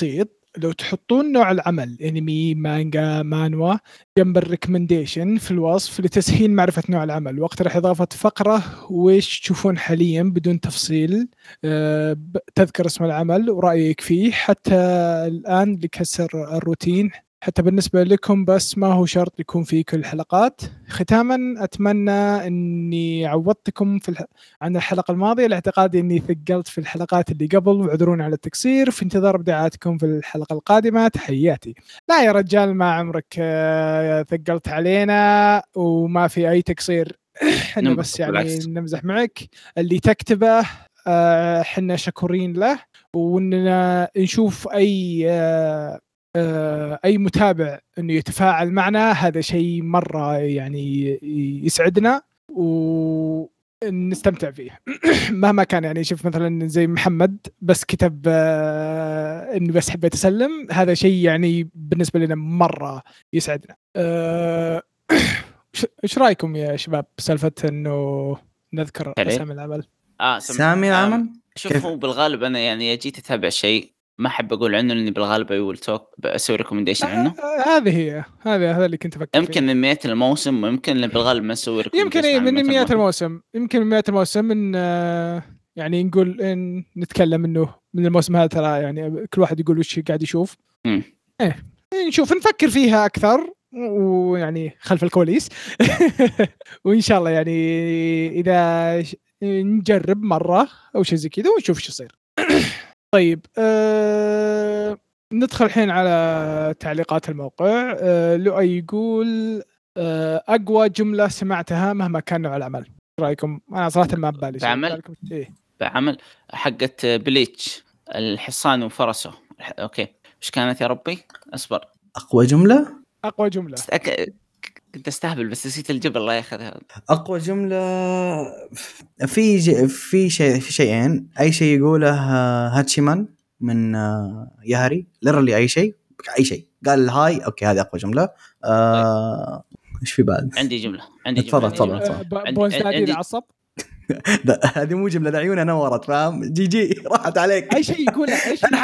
لو تحطون نوع العمل انمي مانجا مانوا جنب الريكومنديشن في الوصف لتسهيل معرفة نوع العمل، واقترح إضافة فقرة وش تشوفون حاليا بدون تفصيل، تذكر اسم العمل ورأيك فيه حتى الآن لكسر الروتين، حتى بالنسبة لكم بس ما هو شرط يكون في كل الحلقات. ختاما أتمنى أني عوضتكم عن الحلقة الماضية لاعتقادي أني ثقلت في الحلقات اللي قبل، واعذروني على التقصير. في انتظار ابداعاتكم في الحلقة القادمة، تحياتي. لا يا رجال ما عمرك ثقلت علينا وما في أي تقصير. حنا بس يعني نمزح معك، اللي تكتبه حنا شكورين له، وإننا نشوف أي متابع إنه يتفاعل معنا، هذا شيء مرة يعني يسعدنا ونستمتع فيه. مهما كان يعني، شوف مثلا زي محمد بس كتب إني بس حبيت أسلم، هذا شيء يعني بالنسبة لنا مرة يسعدنا. إيش رأيكم يا شباب سالفة إنه نذكر أسامي العمل؟ سامي العمل. شوف هو بالغالب أنا يعني جيت أتابع شيء ما أحب أقول عنه لأني بالغالب أقول أسوي ريكومنديشن عنه. هذا اللي كنت أفكر يمكن من 100 الموسم، ويمكن اللي بالغالب ما نسوي يمكن من 100 الموسم، يمكن من 100 الموسم إن يعني نقول إن نتكلم إنه من الموسم هذا ترى يعني كل واحد يقول وش قاعد يشوف. نشوف نفكر فيها أكثر ويعني خلف الكواليس. وإن شاء الله يعني إذا نجرب مرة أو شيء زي كذا ونشوف شو يصير. طيب ندخل الحين على تعليقات الموقع. لؤي يقول أقوى جملة سمعتها مهما كان نوع العمل. رأيكم؟ أنا صراحة ما ببالي بعمل حقت بليتش الحصان وفرسه. أوكي إيش كانت يا ربي؟ أصبر. أقوى جملة كنت استهبل بس نسيت الجبل الله ياخذها. أقوى جملة في شيئين. أي شيء يقوله هاتشيمان من ياهري ليرلي أي شيء قال هاي أوكي هذه أقوى جملة. إيش في بعد؟ عندي جملة تفضل. عندي عصب. هذه مو جملة، عيونها نورت فاهم. جي راحت عليك. أي شيء يقوله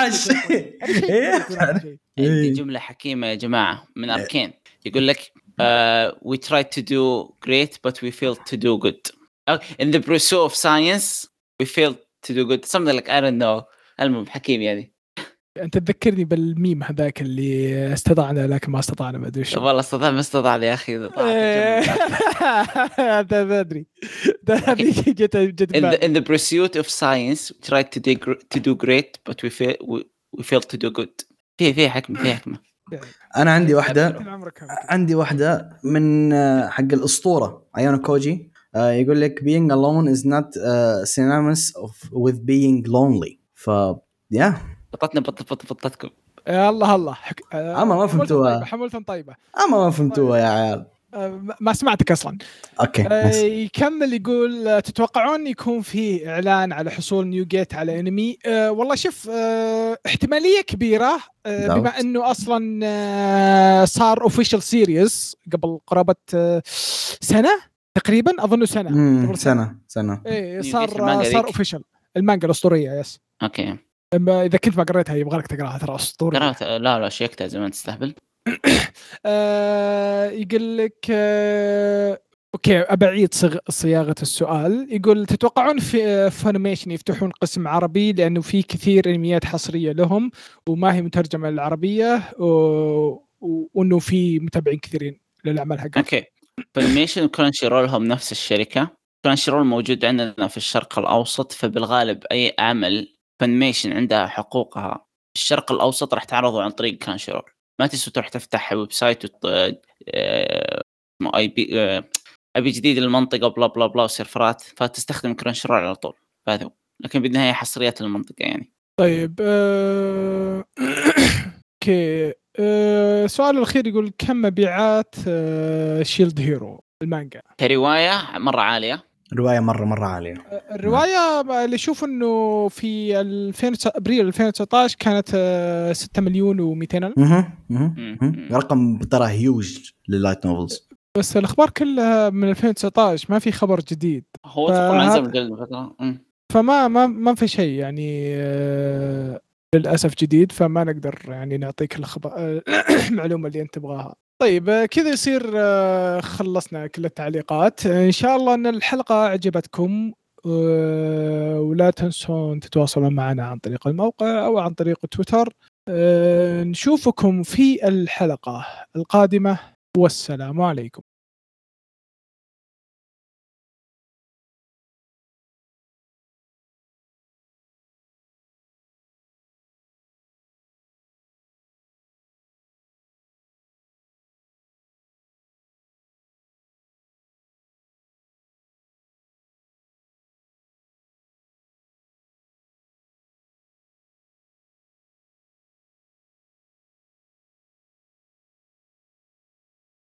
عندي جملة حكيمة يا جماعة من أركين يقول لك we try to do great but we fail to do good. In the pursuit of science we fail to do good. something like I don't know. المهم حكيم يعني. أنت تذكرني بالميم هذاك اللي استطعنا لكن ما استطعنا ما أدري شو. والله ما استطعنا يا أخي. هذا أدري. جت in the pursuit of science we try to do great but we fail to do good. فيه حكمة. أنا عندي واحدة من حق الأسطورة أيانو كوجي. يقول لك being alone is not synonymous with being lonely. بطتكم يا الله أما ما فهمتوها. حمولة طيبة. أما ما فهمتوها يا عيال. ما سمعتك أصلا. أوكي. يكمل يقول تتوقعون يكون في إعلان على حصول نيو جيت على انمي؟ والله شوف احتمالية كبيرة بما أنه أصلا صار اوفيشال سيريز قبل قرابة سنة تقريبا، أظن سنة. إيه صار اوفيشال المانجا الأسطورية. يس أوكي. إذا كنت ما قريتها يبغالك تقراها ترى أسطورية. قرأتها لا شيكتها زمان تستهبل. يقول لك اوكي ابعيد صياغه السؤال. يقول تتوقعون في فانيميشن يفتحون قسم عربي لانه في كثير انميات حصريه لهم وما هي مترجمه للعربيه وانه في متابعين كثيرين للاعمال حقهم؟ اوكي. فانيميشن وكرانشي رول هم نفس الشركه. كرانشي رول موجود عندنا في الشرق الاوسط، فبالغالب اي عمل فانيميشن عندها حقوقها في الشرق الاوسط راح تعرضه عن طريق كرانشي رول. ما تسوي تروح تفتح ويب سايت اي بي جديد للمنطقه بلا بلا بلا وسيرفرات، فتستخدم كرانشي رول على طول. فهذا لكن بالنهايه حصريات للمنطقه يعني. طيب اوكي. السؤال الاخير يقول كم مبيعات شيلد هيرو المانجا كروايه؟ مره عاليه. رواية مرة عالية. الرواية اللي أشوف إنه في أبريل 2019 كانت 6 مليون و200 ألف. رقم ترى هيوج لللايت نوفلز. بس الأخبار كلها من 2019 ما في خبر جديد. هو طبعا نزل فترة. فما في شيء يعني للأسف جديد، فما نقدر يعني نعطيك المعلومة اللي أنت تبغاها. طيب كذا يصير خلصنا كل التعليقات. إن شاء الله أن الحلقة عجبتكم، ولا تنسون تتواصلون معنا عن طريق الموقع أو عن طريق تويتر. نشوفكم في الحلقة القادمة، والسلام عليكم.